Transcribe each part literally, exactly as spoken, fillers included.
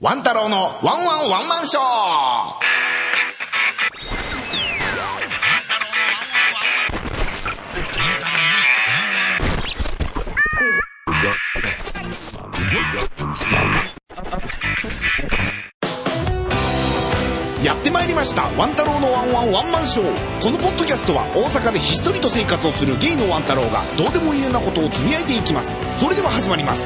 ワン太郎のワンワンワンマンショー。やってまいりましたワン太郎のワンワンワンマンショー。このポッドキャストは大阪でひっそりと生活をするゲイのワン太郎がどうでもいいようなことをつぶやいていきます。それでは始まります。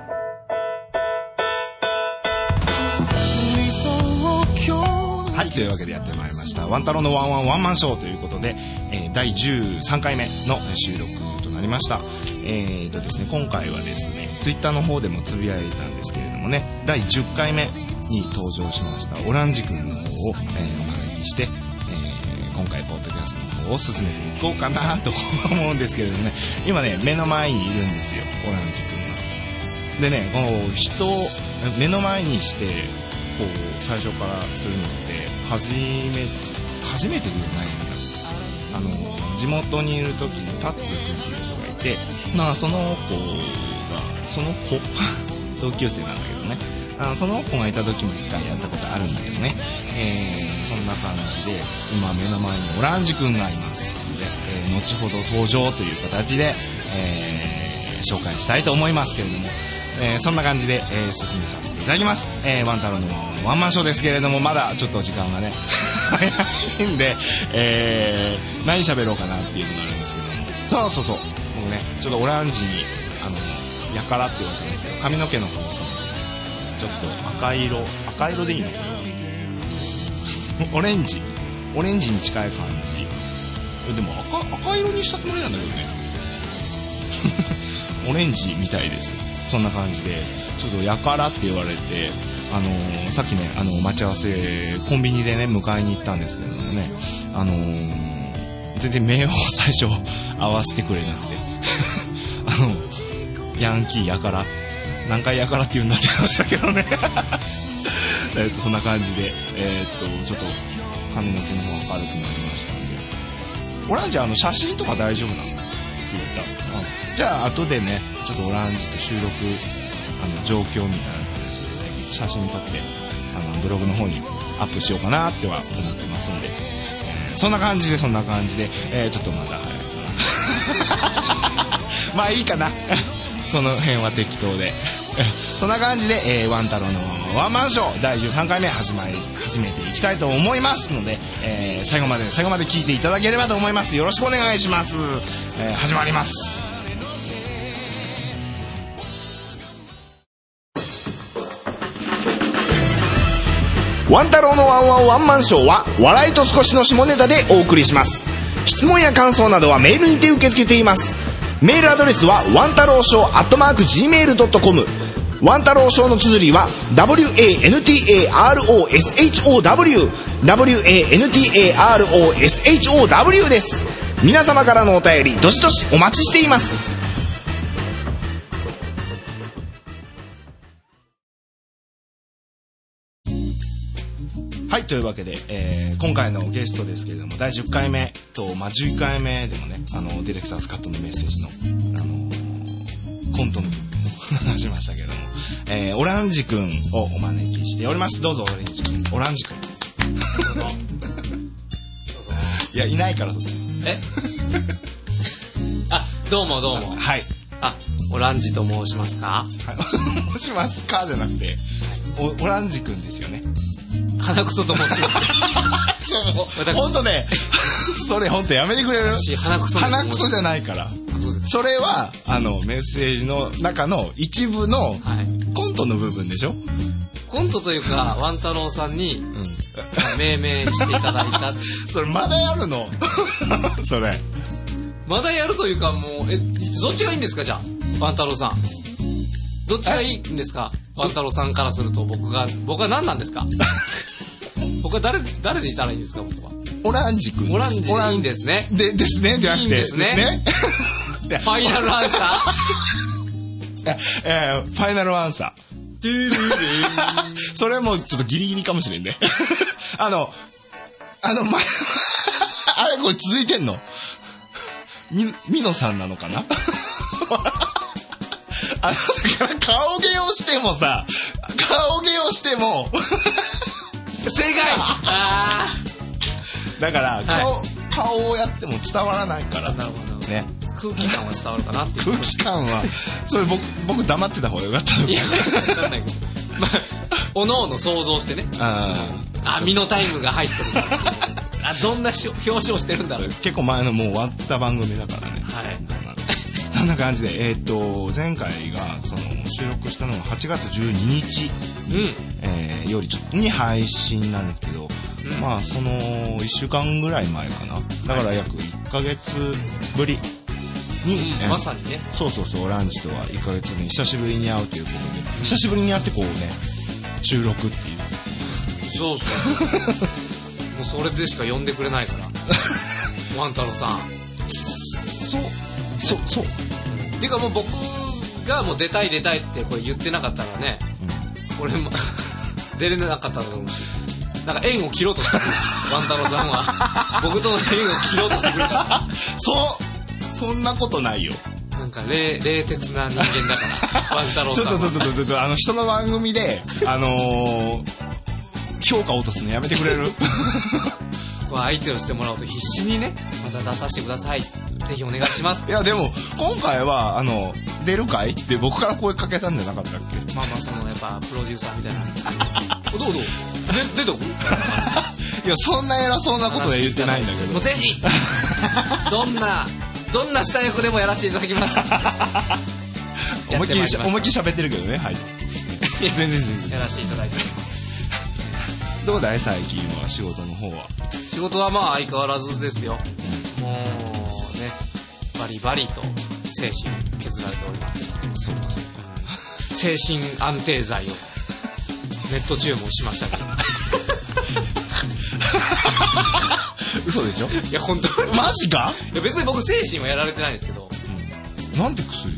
はい、というわけでやってまいりましたワン太郎のワンワンワンマンショーということで、えー、だいじゅうさんかいめの収録となりました。えーとですね、今回はですねツイッターの方でもつぶやいたんですけれどもね、だいじゅっかいめに登場しましたオランジ君の方を、えー、お招きして、えー、今回ポッドキャストの方を進めていこうかなと思うんですけれどもね、今ね目の前にいるんですよ、オランジ君が。でね、この人を目の前にしてこう最初からするのって初め初めてではないんだ。あの地元にいる時にタッツー君っていう人がいて、まあその子がその子同級生なんだけどね、あのその子がいた時も一回やったことあるんだけどね、えー、そんな感じで今目の前にオランジ君がいますので、えー、後ほど登場という形で、えー、紹介したいと思いますけれども、えー、そんな感じで、えー、進めさせていただきます。えー、ワン太郎のワンマンショーですけれども、まだちょっと時間がね早いんで、えー、何喋ろうかなっていうのがあるんですけども、そうそうそう、僕ねちょっとオランジにあのやからって言われてるんですけど、髪の毛の方もそうちょっと赤色赤色でいいのかなオレンジオレンジに近い感じでも 赤, 赤色にしたつもりなんだけどねオレンジみたいです。そんな感じでちょっとやからって言われて、あのー、さっきねあの待ち合わせコンビニでね迎えに行ったんですけどもね、あのー、全然目を最初合わせてくれなくてあのヤンキーやから何回やからって言うんだって話だけどねえっとそんな感じで、えー、っとちょっと髪の毛の方明るくなりましたんで、オランジあの写真とか大丈夫なの？じゃあ後でねちょっとオランジと収録あの状況みたいな写真撮ってあのブログの方にアップしようかなっては思ってますんで、えー、そんな感じでそんな感じで、えー、ちょっとまだまあいいかなその辺は適当でそんな感じで、えー、ワン太郎のワンマンショーだいじゅうさんかいめ始まり始めていきたいと思いますので、えー、最後まで最後まで聞いていただければと思います。よろしくお願いします。えー、始まります。ワン太郎のワンワンワンマンショーは笑いと少しの下ネタでお送りします。質問や感想などはメールにて受け付けています。メールアドレスはワン太郎ショーアットマーク ジーメールドットコム、 ワン太郎ショーの綴りは ダブリューエーエヌティーエーアールオーエスエイチオーダブリュー ダブリューエーエヌティーエーアールオーエスエイチオーダブリュー です。皆様からのお便りどしどしお待ちしています。はい、というわけで、えー、今回のゲストですけれどもだいじゅっかいめと、まあ、じゅういっかいめでもねあのディレクターズカットのメッセージの、あのー、コントの部分を話しましたけども、えー、オランジ君をお招きしております。どうぞオランジ君。オランジ君どうぞいやいないからそっちえあ、どうもどうも。 はい、 あ、オランジと申しますか？ 申しますかじゃなくて オ, オランジ君ですよね。 鼻くそと申しますそうほんとねそれほんとやめてくれる？ 鼻くそ鼻くそじゃないから。 そ, それはあのメッセージの中の一部のコントの部分でしょ、はい、 コントというかワン太郎さんに、うん、命名していただいたそれまだやるのそれまだやるというかもうえどっちがいいんですか？じゃあワン太郎さんどっちがいいんですか？ワン太郎さんからすると僕が僕は何なんですか？僕は誰誰でいたらいいんですか？僕はオランジ君。 オランジいいんですね。 でですねじゃなくていいんですね。ファイナルアンサーえー、ファイナルアンサーそれもちょっとギリギリかもしれんねあのあの前あれこれ続いてんのみみのさんなのかなあのだから顔芸をしてもさ顔芸をしても正解あだから顔、 はい、 顔をやっても伝わらないからなるほどね。 空気感は伝わるかなっていう空気感はそれ僕僕黙ってた方がよかったのいや分かんないけどまあおのおの想像してねああミノタイムが入ってるからあどんな表彰してるんだろう結構前のもう終わった番組だからね。 はいそんな感じで、えー、と前回がその収録したのがはちがつじゅうににち、 うんえー、よりちょっとに配信なんですけど、うん、まあそのいっしゅうかんぐらい前かな、だから約いっかげつぶりに、 うん、まさにねそうそうそうランチとはいっかげつぶりに久しぶりに会うということで、うん、久しぶりに会ってこうね収録っていうそうそうもうそれでしか呼んでくれないからワン太郎さんそうそうそうっていうかもう僕がもう出たい出たいってこれ言ってなかったらね、うん、これも出れなかっただろうし、なんか縁を切ろうとしてくるしワン太郎さんは僕との縁を切ろうとしてくるからそうそんなことないよ。 なんか冷冷徹な人間だからワン太郎さんはちょっとちょっとちょっとあの人の番組であのー、評価を落とすのやめてくれるこう相手をしてもらおうと必死にねまた出させてくださいぜひお願いしますいやでも今回はあの出るかいって僕から声かけたんじゃなかったっけ。 まあまあそのやっぱプロデューサーみたいなどうどうで出とくいやそんな偉そうなことで言ってないんだけどもうぜひどんなどんな下役でもやらせていただきます思いっきり思いっきり喋ってるけどねはい全然全然やらせていただいてどうだい最近は仕事の方は。 仕事はまあ相変わらずですよ、うん、もうねバリバリと精神削られておりますけど。 そうかそうか精神安定剤をネット注文しましたけど嘘でしょ。 いや本当マジか。 いや別に僕精神はやられてないんですけど、 うん、なんて薬それ。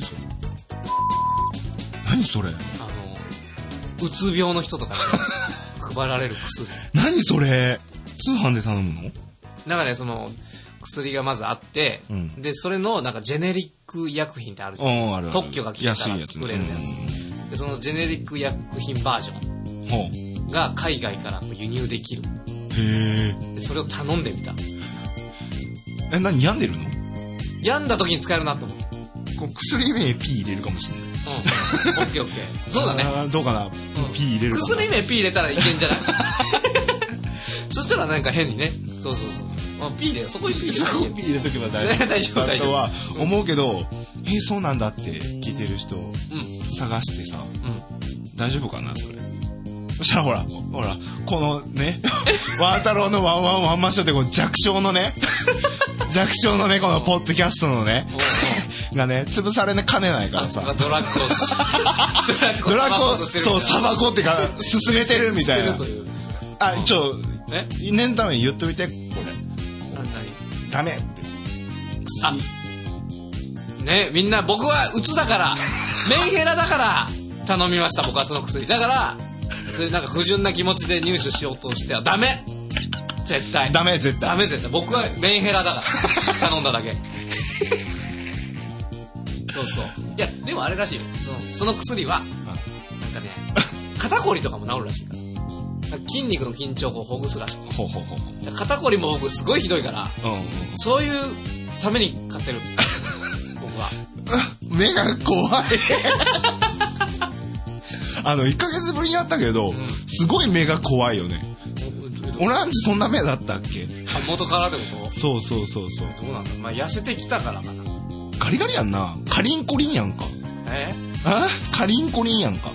何それ。あのうつ病の人とかに配られる薬。 何それ。通販で頼むの。 なんかねその薬がまずあって、うん、でそれのなんかジェネリック医薬品ってあるじゃん、あるある特許が決めたら作れるやつ、うん、でそのジェネリック医薬品バージョンが海外から輸入できる。 へえ。それを頼んでみた。 え、何病んでるの。 病んだ時に使えるなと思ってこう薬名 P 入れるかもしれない。 うんオッケーオッケーそうだね。 どうかな、うん、P 入れるかな。 薬名 P 入れたらいけんじゃないそしたらなんか変にねそうそうそうまあ、P 入れそこに P 入れそこ P 入れとけば大丈夫大丈夫大丈夫とは思うけど、うん、えー、そうなんだって聞いてる人、うん、探してさ、うん、大丈夫かなそれ。そしたらほらほらこのねワン太郎のワンワンワンマンショーってこの弱小のね弱小のねこのポッドキャストのねがね潰されかねないからさドラッグをドラッグをそうサバコってか進めてるみたいな。あ一応念のために言っといてこれダメってあねみんな僕はうつだからメンヘラだから頼みました僕はその薬だからそれなんか不純な気持ちで入手しようとしてはダメ絶対ダメ絶対ダメ絶対僕はメンヘラだから頼んだだけそうそういやでもあれらしいよその、その薬はなんかね肩こりとかも治るらしいから筋肉の緊張をほぐすらしい。 ほうほうほう肩こりも僕すごいひどいから、うんうん、そういうために買ってる僕は目が怖いあのいっかげつぶりに会ったけど、うん、すごい目が怖いよね。オランジそんな目だったっけ。 あ元からってこと。 そうそうそうそうどうなんだまあ痩せてきたからかな。 ガリガリやんな。カリンコリンやんか。 えあカリンコリンやんか。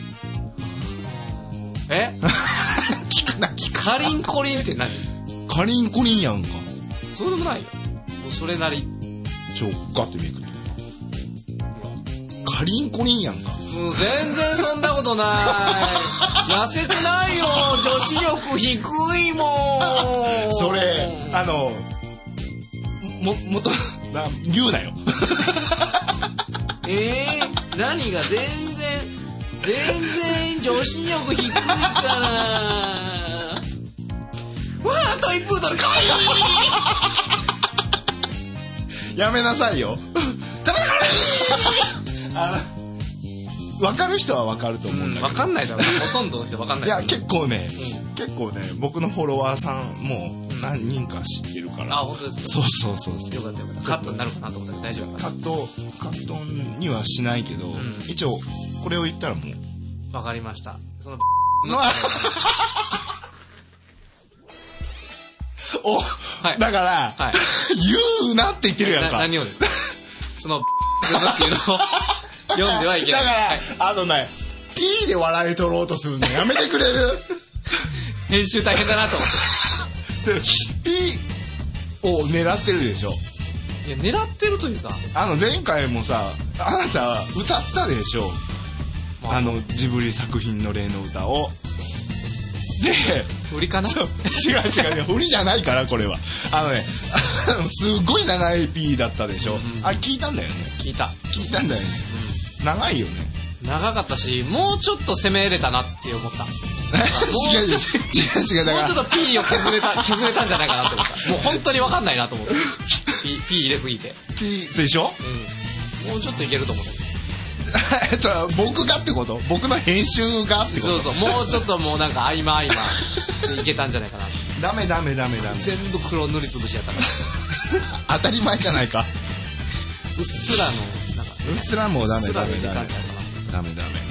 え聞くな聞くなカリンコリンって何。 カリンコリンやんか。 そうでもないよもうそれなりちょガッてめくってカリンコリンやんか。 もう全然そんなことない痩せてないよ女子力低いもんそれあのももとな言うなよえー、何が全然全然女子力低いからわートイプードルかわいいやめなさいよダメだからあ分かる人は分かると思うんだけど、 分かんないだろうほとんどの人分かんないいや結構ね、 うん、 結構ね僕のフォロワーさんも何人か知ってるから。 あ本当ですか。 そうそうそうそう。 よかったよかった。カットになるかなと思ったら大丈夫かな。 カットカットにはしないけど、うん、一応これを言ったらもう分かりました。そのお、はい、だから、はい、言うなって言ってるやんか。 何をですか。そのっていうのを読んではいけない。 だから、 はい、 あのね P で笑い取ろうとするのやめてくれる。 編集大変だなと思って。 P を狙ってるでしょ。 いや狙ってるというか、 あの前回もさあなた歌ったでしょ、まあ、あのジブリ作品の例の歌を。で振りかな。 そう違う違うね振りじゃないからこれはあのねすごい長い P だったでしょ、うん、あ聞いたんだよね。 聞いた聞いたんだよね、うん、長いよね。 長かったしもうちょっと攻めれたなって思った。 違う違う違う違うだからもうちょっと P を削れた削れたんじゃないかなと思った。もう本当に分かんないなと思って P, P 入れすぎて P でしょ、 うん、もうちょっといけると思った。 ちょ僕がってこと？僕の編集がってこと？ そうそうもうちょっともうなんか合間合間でいけたんじゃないかな。 ダメダメダメダメ全部黒塗りつぶしやったから当たり前じゃないか。 うっすらのなんかうっすらもうダメダメダメダメダメダメ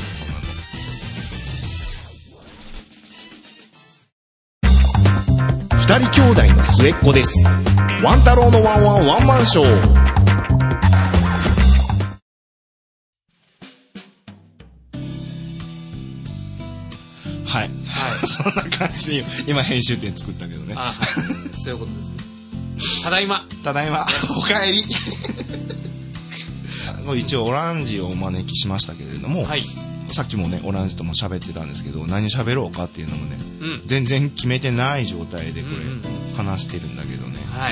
そうなの。二人兄弟の末っ子です。ワン太郎のワンワンワンマンショー。はい、はい、そんな感じで今編集点作ったけどね。 あ、はい、そういうことですね。ただいまただいまおかえり一応オランジをお招きしましたけれども、はい、さっきもねオランジとも喋ってたんですけど何喋ろうかっていうのもね、うん、全然決めてない状態でこれ話してるんだけどね、はい、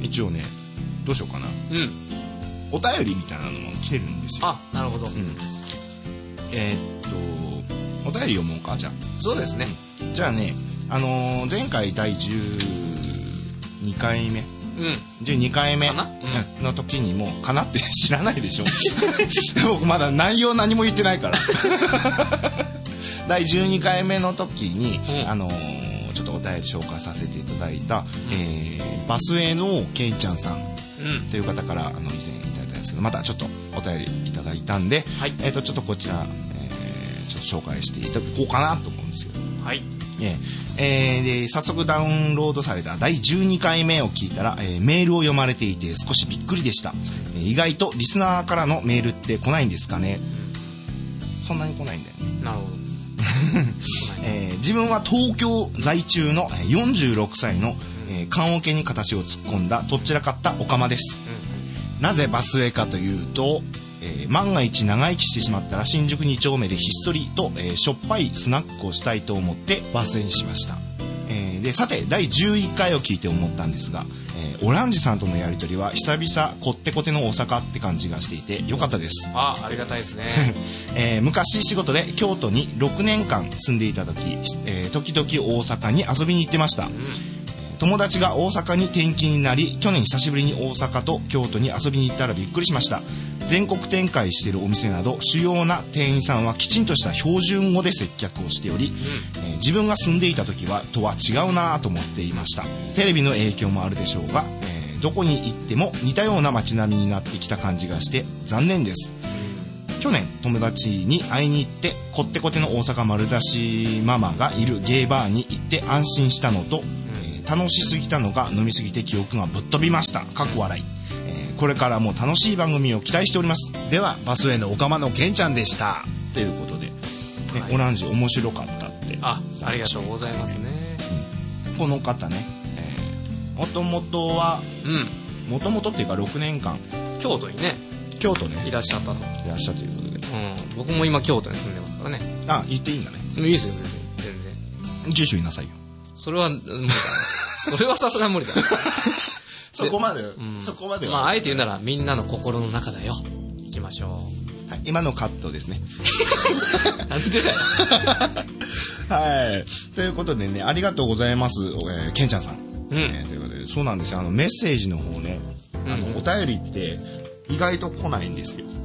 一応ねどうしようかな、うん、お便りみたいなのも来てるんですよ。 あ、なるほど、うん、 えー、っとお便り読もうか。じゃあそうですね。 じゃあね、あのー、前回だいじゅうにかいめ、うん、じゅうにかいめの時にもうかなって知らないでしょ僕まだ内容何も言ってないからだいじゅうにかいめの時に、うん、あのー、ちょっとお便り紹介させていただいた、うん、えー、バスへのけいちゃんさんという方からあの以前いただいたんですけど、またちょっとお便りいただいたんで、はい、えーとちょっとこちらちょっと紹介していただこうかなと思うんですよ。はい。えー、で早速ダウンロードされただいじゅうにかいめを聞いたら、えー、メールを読まれていて少しびっくりでした。えー、意外とリスナーからのメールって来ないんですかね。そんなに来ないんだよね。なるほど。えー、自分は東京在中のよんじゅうろくさいの、えー、棺桶に片足を突っ込んだとっちらかったオカマです。うん、なぜバスへかというと、えー、万が一長生きしてしまったら新宿に丁目でひっそりと、えー、しょっぱいスナックをしたいと思ってバスへにしました。えー、でさてだいじゅういっかいを聞いて思ったんですが、えー、オランジさんとのやり取りは久々こってこての大阪って感じがしていてよかったです。 あ、ありがたいですね、 えー、昔仕事で京都にろくねんかん住んでいた時、えー、時々大阪に遊びに行ってました。うん、友達が大阪に転勤になり去年久しぶりに大阪と京都に遊びに行ったらびっくりしました。全国展開しているお店など主要な店員さんはきちんとした標準語で接客をしており、うん、えー、自分が住んでいた時はとは違うなと思っていました。テレビの影響もあるでしょうが、えー、どこに行っても似たような街並みになってきた感じがして残念です。去年友達に会いに行ってこってこての大阪丸出しママがいるゲイバーに行って安心したのと、えー、楽しすぎたのが飲みすぎて記憶がぶっ飛びました。かっこ笑い。これからも楽しい番組を期待しております。ではバスへのおかまのけんちゃんでしたということで、ね、はい、オランジ面白かったって。 あ、ありがとうございますね。 うん、この方ね、もともとはもともとっていうかろくねんかん京都にね京都ねいらっしゃったといらっしゃったということで、 うん、僕も今京都に住んでますからね。 あ、言っていいんだね。 いいですよ別に全然。 住所言いなさいよ。 それは無理だねそれはさすがに無理だねそこまで、うん、そこまでは。 まああえて言うならみんなの心の中だよ。行きましょう。はい、今のカットですね。 なんでだよ。 はい。ということでね、ありがとうございます、えー、ケンちゃんさん。うん、えー、ということで、そうなんですよ。あのメッセージの方ね、あの、うん、お便りって意外と来ないんですよ。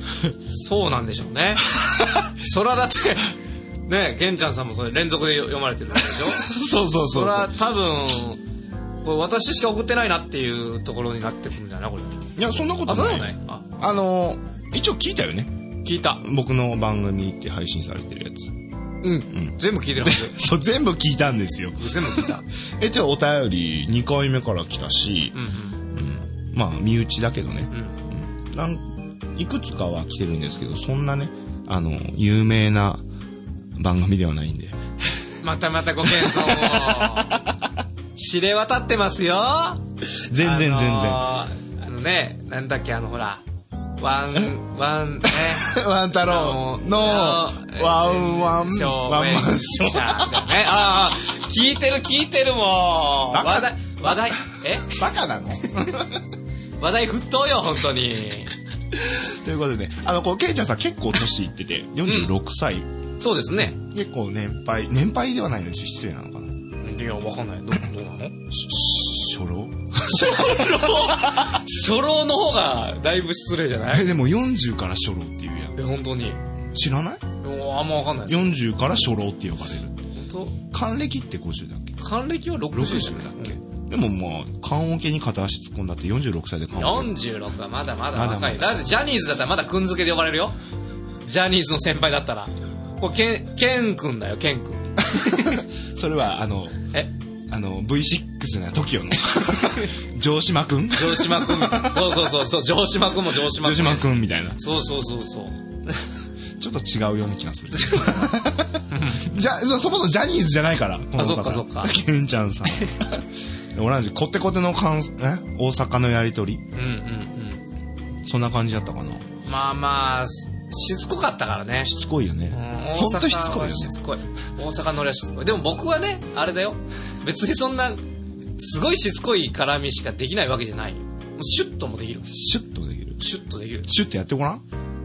そうなんでしょうね。そらだってね、ケンちゃんさんもそれ連続で読まれてるわけでしょ。 そうそうそうそう。 そら多分これ私しか送ってないなっていうところになってくるんだなこれ。 いやそんなことない。 あ、そうでもない。あ、 あのー、一応聞いたよね。 聞いた。 僕の番組って配信されてるやつ。 うん、うん、全部聞いてるはず。 そう、全部聞いたんですよ。 全部聞いた。 え、じゃあお便りにかいめから来たし、 うんうん、 うん、まあ身内だけどね、 うんうん、なんいくつかは来てるんですけど、そんなね、あの有名な番組ではないんで。 またまたご謙遜を知れ渡ってますよ。 全然全然、 あのー、あのね、なんだっけ、あのほらワンワンねワン太郎のワンワンワンマンショーね。 ああ、聞いてる聞いてるもん。話題話題えバカなの？ 話題沸騰よ本当に。 ということでね、あのこうケイちゃんさん結構年いっててよんじゅうろくさい、 うん、そうですね。 結構年配年配ではないのし失礼なのかな。 いやわかんない。どどうなの？ 初老？初老？初老の方がだいぶ失礼じゃない？ えでもよんじゅうから初老っていうやん。 え本当に？ 知らない？ おあんまわかんないです。 よんじゅうから初老って呼ばれる。 本当？還暦ってごじゅうだっけ？ 還暦はろくじゅうだっけ？うん、でもまあ棺桶に片足突っ込んだってよんじゅうろくさいで棺桶。 よんじゅうろくはまだまだ若い。 まだまだだってジャニーズだったらまだくんづけで呼ばれるよ。ジャニーズの先輩だったらこれケンケン君だよケン君。 それはあのえあの ブイシックス な トキオ の城島くん城島くんみたいな。そうそうそうそう、城島くんも城島くん。 城島くんみたいな。 そうそうそうそう。 ちょっと違うような気がする。じゃそもそもジャニーズじゃないから。 あ、そっかそっか。 ケンちゃんさん。同じコテコテの関え大阪のやりとり。 うんうんうん。 そんな感じだったかな。 まあまあしつこかったからね。 しつこいよね。 本当しつこいよね。 しつこい。大阪のりはしつこい。でも僕はねあれだよ。別にそんなすごいしつこい絡みしかできないわけじゃないよ。もうシュッともできる。 シュッとできる。 シュッとできる。 シュッとやってごらん。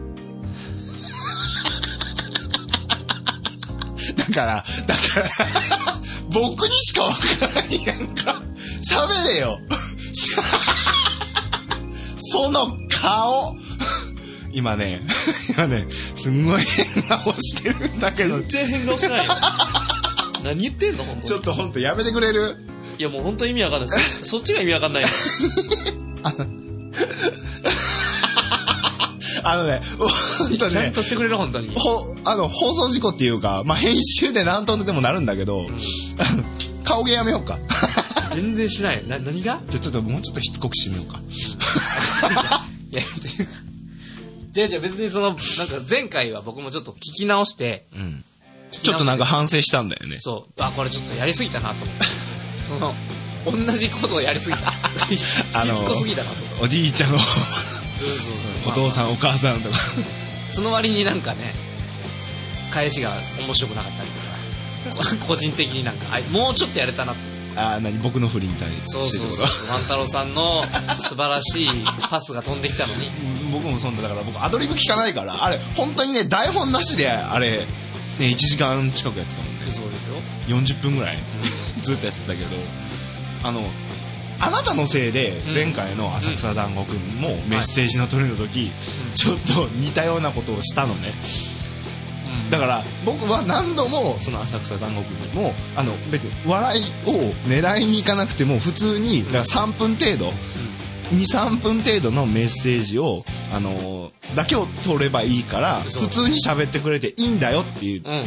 だからだから僕にしかわからないやんか。喋れよ。その顔。今ね今ねすんごい変顔してるんだけど。 全然変顔してないよ。何言ってんの本当に。 ちょっと本当やめてくれる？ いやもう本当意味わかんないです。そっちが意味わかんないの。 あのあのね本当にね、 ちゃんとしてくれる本当に。 ほあの放送事故っていうか、まあ、編集で何とでもなるんだけど、うん、顔芸やめようか。 全然しない。な何が？ じゃちょっともうちょっとしつこくしてみようか。 いやっていうか。じゃあじゃあ別にそのなんか前回は僕もちょっと聞き直して。うん、 ちょっとなんか反省したんだよね。 そうあこれちょっとやりすぎたなと思ってその同じことをやりすぎた。しつこすぎたなと思って。 おじいちゃんのそうそうそうお父さん、まあ、お母さんとかその割になんかね返しが面白くなかったりとか個人的になんかあもうちょっとやれたなって。 ああ何僕の振りに対してそうそうそう万太郎さんの素晴らしいパスが飛んできたのに僕もそんなだから僕アドリブ聞かないからあれ本当にね台本なしであれねいちじかん近くやってたもんね。 そうですよよんじゅっぷんぐらい、うん、ずっとやってたけどあのあなたのせいで前回の浅草団子くんもメッセージの取りの時、うん、ちょっと似たようなことをしたのね、うん、だから僕は何度もその浅草団子くんにもあの別に笑いを狙いに行かなくても普通にだからさんぷん程度、うん、にさんぷん程度のメッセージをあのだけを取ればいいから普通に喋ってくれていいんだよって言って、うんうん、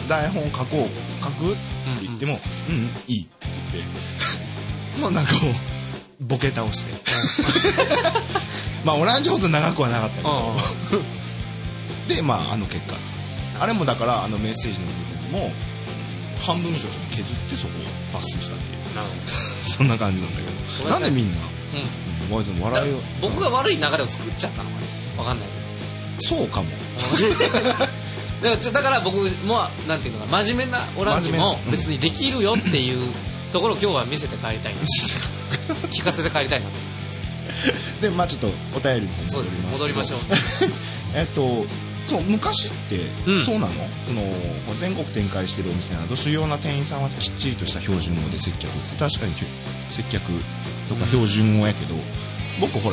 台本書こう書くって言ってもうん、うん、いいって言ってもうなんかもうボケ倒してまあ同じほど長くはなかったけどでまああの結果あれもだからあのメッセージの部分も半分以上削ってそこを抜粋したっていうそんな感じなんだけどなんでみんな、うん、でも笑いを僕が悪い流れを作っちゃったのかね分かんないけどそうかもだからだから僕もなんていうのか真面目なオランジも別にできるよっていうところを今日は見せて帰りたいな聞かせて帰りたいなでまあちょっとお便りにそうです戻りましょうえっとそう昔って、うん、そうなのその全国展開してるお店など主要な店員さんはきっちりとした標準語で接客確かに接客とか標準語やけど、うん、僕ほら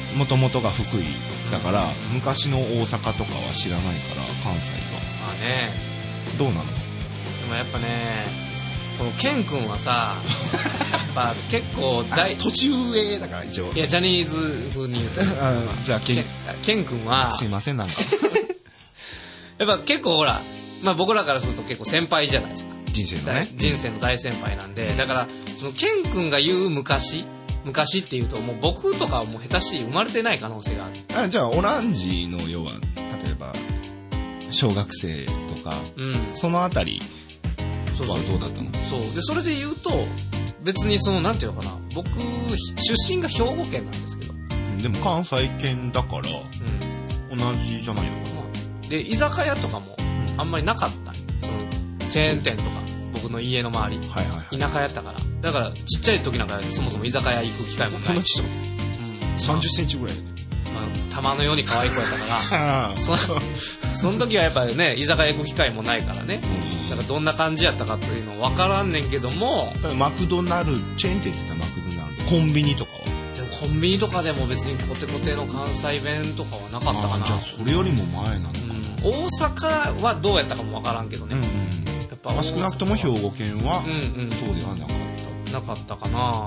もともとが福井だから、昔の大阪とかは知らないから関西は。 まあね。 どうなの？ でもやっぱね、このケン君はさ、やっぱ結構大年上だから一応。 いやジャニーズ風に言うとじゃあケンケン君はすいませんなんかやっぱ結構ほら、まあ僕らからすると結構先輩じゃないですか。 人生のね。 人生の大先輩なんで、だからそのケン君が言う昔昔っていうともう僕とかはもう下手しい生まれてない可能性がある。 あ、じゃあオランジの要は例えば小学生とか、うん、そのあたりはどうだったの？ そうで、それで言うと別にそのなんていうのかな、僕出身が兵庫県なんですけど、 うん、でも関西圏だから、うん、同じじゃないのかな。 で居酒屋とかもあんまりなかった、そのチェーン店とか僕の家の周り、はいはいはい、田舎やったから、だからちっちゃい時なんかそもそも居酒屋行く機会もない。 こんなちっちゃい、うん、さんじゅっセンチぐらいで、 まあ、玉のように可愛い子やったからそ, その時はやっぱりね居酒屋行く機会もないからね、うん、だからどんな感じやったかっていうの分からんねんけども、 マクドナルドチェーン店って言ったらマクドナルド、コンビニとかはでもコンビニとかでも別にコテコテの関西弁とかはなかったかな。 じゃあそれよりも前なのかな、 うん、大阪はどうやったかも分からんけどね、うんうん、 やっぱまあ、少なくとも兵庫県は、うんうん、そうではなかったなかったかな。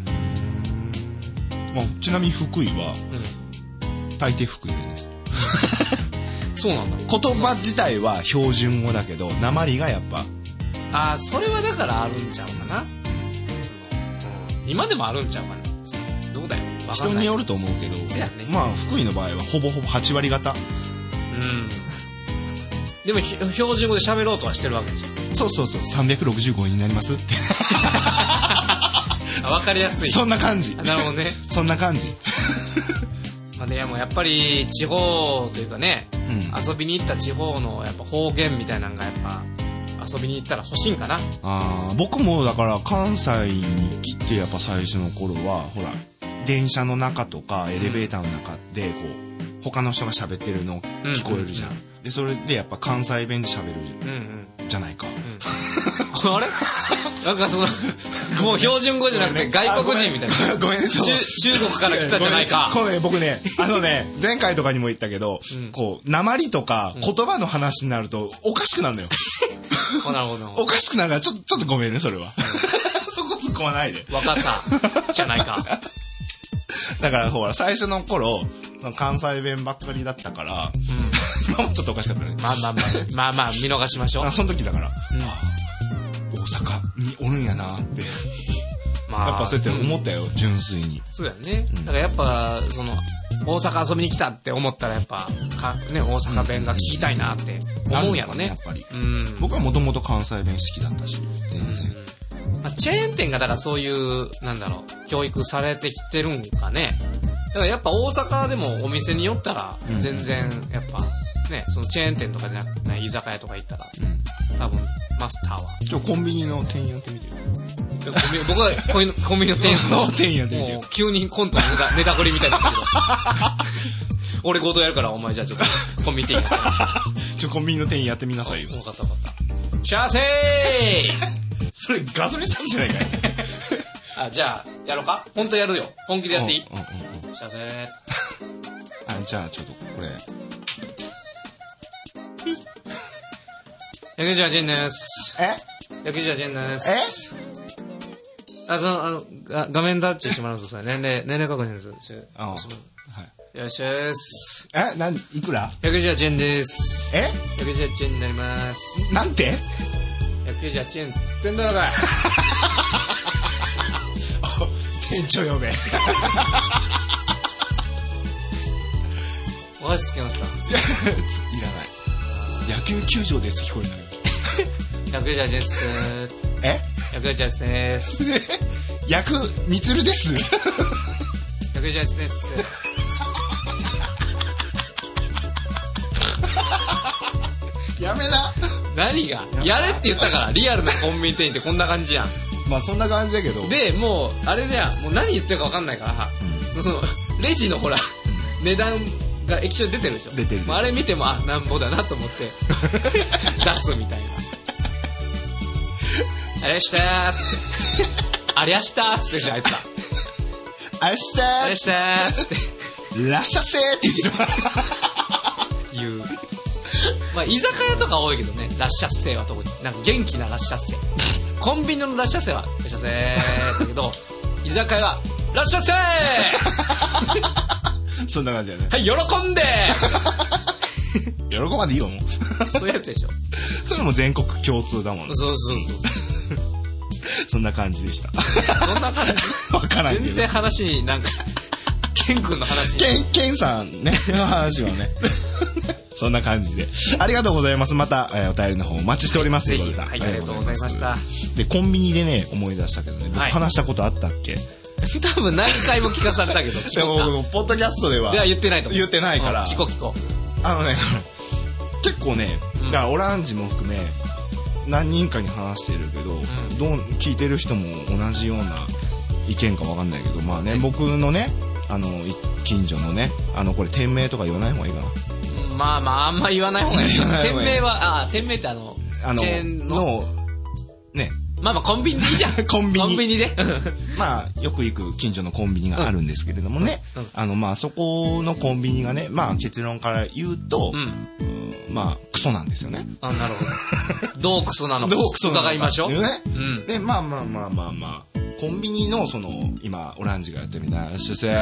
まあ、ちなみに福井は、うん、大抵福井弁ですそうなんだ。 言葉自体は標準語だけど訛りがやっぱ、 ああ、それはだからあるんちゃうかな、うん、今でもあるんちゃうかな、どうだよ、 人によると思うけど、ね、まあ福井の場合はほぼほぼはち割方、うん、 でも標準語で喋ろうとはしてるわけでしょ。 そうそうそう、さんびゃくろくじゅうごえんになりますって分かりやすい、 そんな感じ。 なるほどねそんな感じまあね、もうやっぱり地方というかね、うん、遊びに行った地方のやっぱ方言みたいなのがやっぱ遊びに行ったら欲しいんかな。 あ、僕もだから関西に来てやっぱ最初の頃はほら電車の中とかエレベーターの中でこう他の人が喋ってるの聞こえるじゃん、うんうんうん、でそれでやっぱ関西弁で喋るじゃ,、うんうん、じゃないか、 うん、あれなんかそのもう標準語じゃなくて外国人みたいなごめんね、 中国から来たじゃないか。 これ僕ね、あのね前回とかにも言ったけど、うん、こう訛りとか言葉の話になるとおかしくなるのよなるほど。 おかしくなるからちょっとちょっとごめんねそれはそこ突っ込まないで。 分かったじゃないかだからほら最初の頃その関西弁ばっかりだったから、うん、今もちょっとおかしかったね。 まあまあまあまあまあ見逃しましょう。 その時だから、うん、大阪におるんやなって、まあ、やっぱそうやって思ったよ、うん、純粋に。 そうやね、うん、だからやっぱその大阪遊びに来たって思ったらやっぱか、ね、大阪弁が聞きたいなって思うんやろね、やっぱり、うん、 僕はもともと関西弁好きだったし全然、 うん、まあ、チェーン店がだからそういうなんだろう教育されてきてるんかね。だからやっぱ大阪でもお店によったら全然やっぱね、そのチェーン店とかじゃなくて、ね、居酒屋とか行ったら、うん、多分マスターはちょコンビニの店員やってみてよ。 僕はコンビニコンビニの店員さんの店員やってみてよ。 もう急にコントのネタ、ネタ振りみたいになったけど俺合同やるからお前じゃあちょっとコンビニ店員やってちょコンビニの店員やってみなさいよ。 分かった分かった。シャーセーそれガソリンスタンドじゃないかよあ、じゃあやろうか。本当やるよ。本気でやっていい？うんうんうん、シャーセーあ、じゃあちょっとこれヤクザジェンです。 え？ ヤクザジェンです。え？あ、その、あの、が画面タッチしてもらうとさ、年齢、年齢確認です。ああ、はい。よろしくです。 え？なん、いくら？ ヤクザジェンです。 え？ ヤクザジェンになります。 なんて？ ヤクザジェンつってんだろうが。 店長呼べ。 お箸つけますか？ いらない。野球球場です聞こえない。 ヤクザジェンス。 え？ ヤクザジェンスです。 ヤクミツルです。 ヤクザジェンスです。 やめな。 何が？やれって言ったから。リアルなコンビニ店員ってこんな感じやん。 まあそんな感じだけど。 でもうあれだよ。もう何言ってるか分かんないから。うん、そのレジのほら値段が液晶出てるでしょ。 出てる。 あれ見てもあなんぼだなと思って出すみたいな。ありゃしたーっつってありゃしたーっつってじゃあいつだありゃしたーありゃしたーっつってらっしゃっせーって言う。まあ居酒屋とか多いけどね、らっしゃっせーは特になんか元気ならっしゃっせー。コンビニのらっしゃっせーはらっしゃっせーだけど、居酒屋はらっしゃっせーそんな感じだね。 はい、喜んで喜ばんでいいよもう。 そういうやつでしょ。 それも全国共通だもんね。 そうそうそう。 そんな感じでした。 そんな感じわからんけど。 全然話になんかケン君の話に。 ケン、ケンさんね、の話はね。そんな感じで。ありがとうございます。また、えー、お便りの方お待ちしております。 ぜひ、はい、ありがとうございました。 で、コンビニでね、思い出したけどね、僕話したことあったっけ？ 多分何回も聞かされたけど。 でも、ポッドキャストでは。 いや、言ってないと思う。 言ってないから。 聞こう聞こう。あのね、結構ね、だからオランジも含め、何人かに話してるけど、うん、どう聞いてる人も同じような意見か分かんないけど、ね、まあね、僕のね、あの近所のね、あのこれ店名とか言わない方がいいかな。 まあまああんまり言わない方がいい。店名は、あ、店名ってあのあのチェーンのね。 まあまあコンビニでいいじゃん。 コンビニ。 コンビニで。 まあよく行く近所のコンビニがあるんですけれどもね、うんうん、あのまあそこのコンビニがね、まあ結論から言うと、うん、まあクソなんですよね。 あ、なるほど。どうクソなのか伺いましょう。ね。 うん、でまあまあまあまあまあコンビニのその今オランジがやってるみたいな出世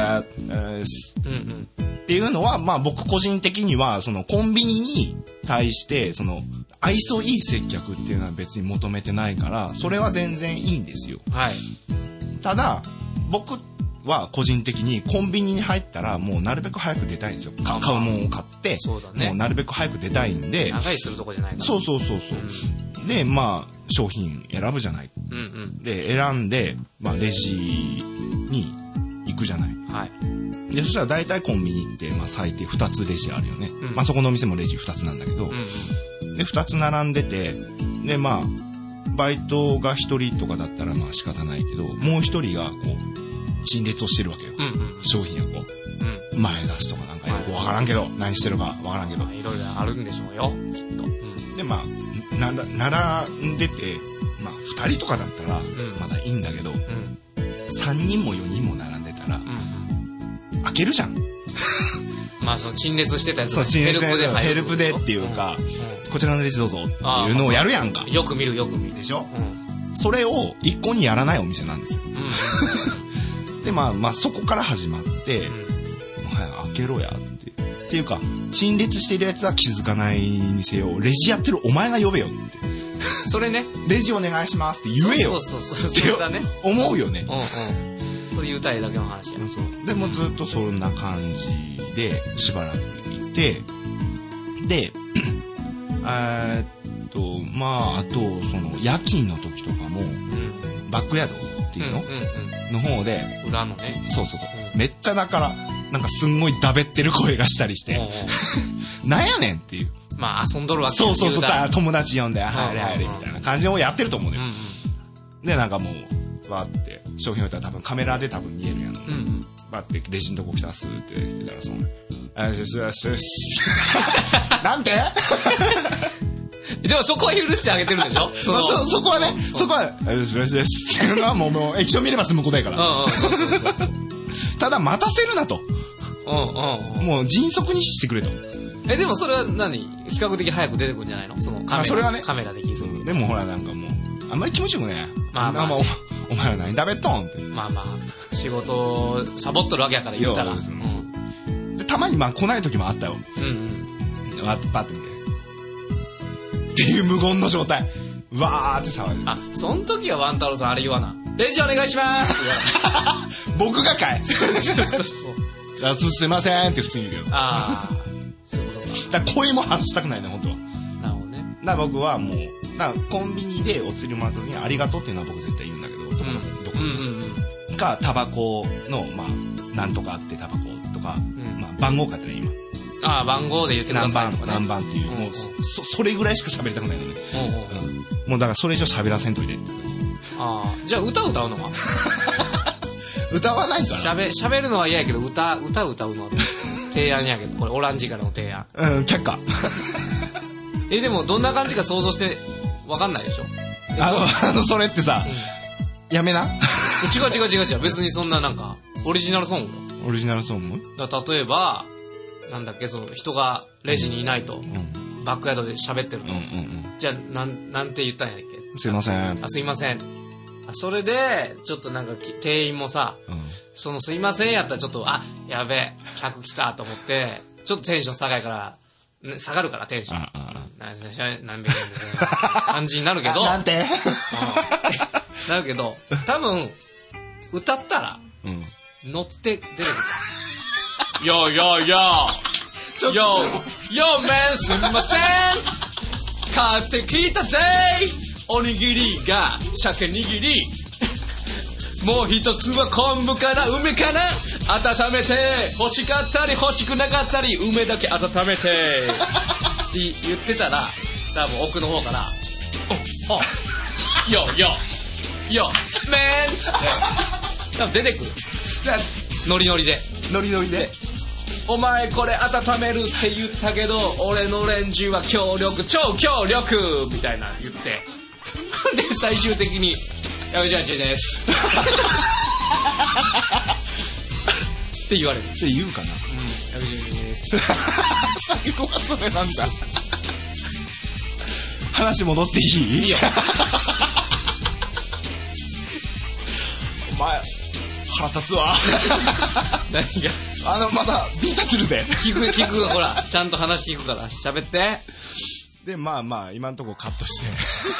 っていうのはまあ僕個人的にはそのコンビニに対してその愛想いい接客っていうのは別に求めてないからそれは全然いいんですよ。 はい。 ただ僕は個人的にコンビニに入ったらもうなるべく早く出たいんですよ。買うものを買って、 そうだね、 もうなるべく早く出たいんで。 長居するとこじゃないから。 そうそうそうそう。うん、でまあ商品選ぶじゃない。うんうん、で選んで、まあ、レジに行くじゃない。 はい。 でそしたら大体コンビニって、まあ、最低ふたつレジあるよね。うん、まあそこのお店もレジふたつなんだけど、うんうん、でふたつ並んでてでまあバイトがひとりとかだったらまあ仕方ないけどもうひとりがこう陳列をしてるわけよ、うんうん、商品をこう、うん、前出しとかなんかよく分からんけど、はい、何してるか分からんけど、 まあ、いろいろあるんでしょうよきっと、うん、 でまあな並んでて、まあ、ふたりとかだったらまだいいんだけど、うん、さんにんもよにんも並んでたら、うん、開けるじゃんまあその陳列してたやつそうヘルプでヘルプでっていうか、うんうん、こちらのレジどうぞっていうのをやるやんか。 よく見るよく見るでしょ、うん、それを一向にやらないお店なんですよ、うんでまあまあそこから始まって、うん、早く開けろやってっていうか陳列してるやつは気づかないにせよレジやってるお前が呼べよってそれねレジお願いしますって言えよそうそうそうそうだね思うよね、うんうん、 それ言うたいだけの話やそうでもずっとそんな感じでしばらくいてでえっとまああとその夜勤の時とかも、うん、バックヤードっていうの、うんうんうんの方で裏のねそうそうそう、うん、めっちゃだからなんかすんごいだべってる声がしたりしてなんやねんっていうまあ遊んどるわけそうそうそう友達呼んで入れ入れみたいな感じをやってると思うね、うんうん、でなんかもうわーって商品置いたら多分カメラで多分見えるやん、うんうん、バーってレジのとこ来たらスーって来てたらそのあーすすすすなんてでもそこは許してあげてるでしょ そ, まあ、そ, そこはね、うん、そこは「えですです」っていうのはもうもう液晶見れば済むことやから、うんうん、そうそうそうそうただ待たせるなと、うんうんうん、もう迅速にしてくれとえでもそれは何比較的早く出てくるんじゃないのそのカメラそれは、ね、 カメラできる、 うん、でもほらなんかもうあんまり気持ちよくねまあまあ、ね、お, お前ら何食べとんってまあまあ仕事をサボっとるわけやから言うたら、うん、 でたまにまあ来ない時もあったようんうんパッと見てっていう無言の状態わーって騒いでるあその時はワン太郎さんあれ言わなレジお願いします僕がかいそうそうそうそうあす, すいませんって普通に言うけどああそういうことかだから声も発したくないね本当はなるほどねだから僕はもうだからコンビニでお釣りもらった時にありがとうっていうのは僕絶対言うんだけどどこでも、うん、どこでも、うんうんうん、かタバコのまあなんとかあってタバコとか、うんまあ、番号書いてね今ああ番号で言ってくださいとかね何番っていう、うん、もう そ, それぐらいしか喋りたくないので、うんうん、もうだからそれ以上喋らせんといてって感じああじゃあ歌歌うのか歌わないかな喋喋るのは嫌やけど歌歌歌うのは提案やけどこれオランジからの提案うん却下えでもどんな感じか想像して分かんないでしょあのあのそれってさ、うん、やめな違う違う違う違う別にそんななんかオリジナルソングオリジナルソングだ例えばなんだっけその人がレジにいないと、うん、バックヤードで喋ってると、うんうんうん、じゃあなんなんて言ったんやっけすいませんあすいませんあそれでちょっとなんか店員もさ、うん、そのすいませんやったらちょっとあやべえ客来たと思ってちょっとテンション下がるから下がるからテンションああ何べんですね感じになるけどなんてなるけど多分歌ったら、うん、乗って出てくるよよよよよメンすみません買ってきたぜおにぎりが鮭握りもう一つは昆布かな梅かな温めて欲しかったり欲しくなかったり梅だけ温めてって言ってたら多分奥の方からおおよよよメンって多分出てくるノリノリでノリノリでお前これ温めるって言ったけど俺のレンジは強力超強力みたいな言ってで最終的にやめちゃんちですって言われるって言うかな、うん、 やめちゃんちです最後はそれなんだ話戻っていい？いいよお前腹立つわ何があのまだビンタするで聞く聞くほらちゃんと話聞くから喋ってでまあまあ今んとこカットして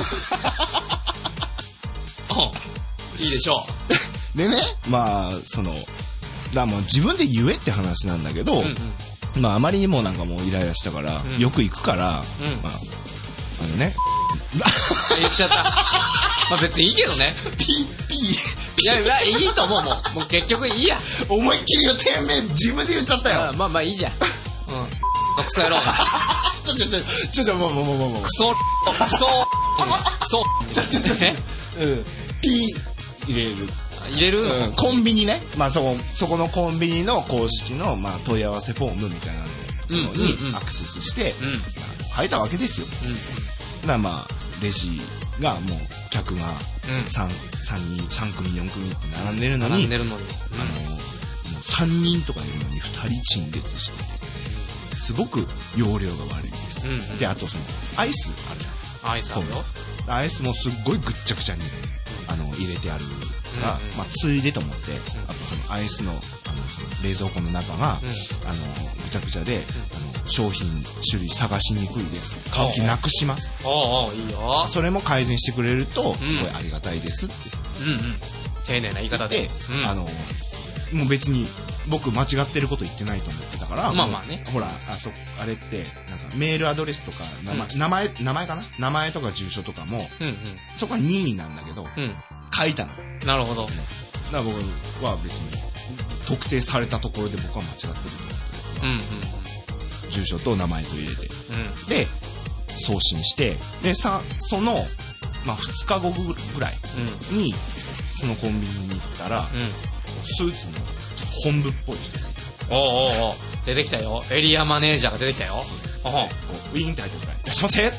いいでしょうでねまあそのだもう自分で言えって話なんだけど、うんうん、まああまりにもなんかもうイライラしたから、うん、よく行くから、うん、まああのね言っちゃったまあ別にいいけどねピーピーいやいやいいと思うもうもう結局いいや思いっきりが店名自分で言っちゃったよまあまあいいじゃんうんクソ野郎がちょちょちょちょちょもうもうもうもうもうクソクソクソちょちょちょちょうんピー入れる入れる、 うん、コンビニねまあそこそこのコンビニの公式のまあ問い合わせフォームみたいなのにアクセスして、うんうんうん、書いたわけですよ、うん、だからまあレジがもう客が 3, 3人さん組よん組って並んでるのに並んでるのに、うん、 あのもうさんにんとかいるのにふたり陳列しててすごく容量が悪いです、うんうん、であとそのアイスあるじゃんアイスあるよアイスもすっごいぐっちゃぐちゃにあの入れてあるから、うんうんまあ、ついでと思って、うん、あとそのアイスの、あのその冷蔵庫の中が、うん、あのぐちゃぐちゃで、うん、あの商品種類探しにくいです買う気なくしますおうおういいよそれも改善してくれるとすごいありがたいですって、 うんうんうん、丁寧な言い方で、 うん、あのもう別に僕間違ってること言ってないと思ってたからまあまあねほらあそあれってなんかメールアドレスとか名前、うん、名前名前かな名前とか住所とかも、うんうん、そこは任意なんだけど、うん、書いたのなるほどだから僕は別に特定されたところで僕は間違ってると思ってる、うんうん、住所と名前と入れて、うん、で送信してでさその、まあ、ふつかごぐらいに、うん、そのコンビニに行ったら、うん、スーツの本部っぽい人がいておうおうおう出てきたよエリアマネージャーが出てきたよおうウィーンって入ってくるからいらっしゃいませって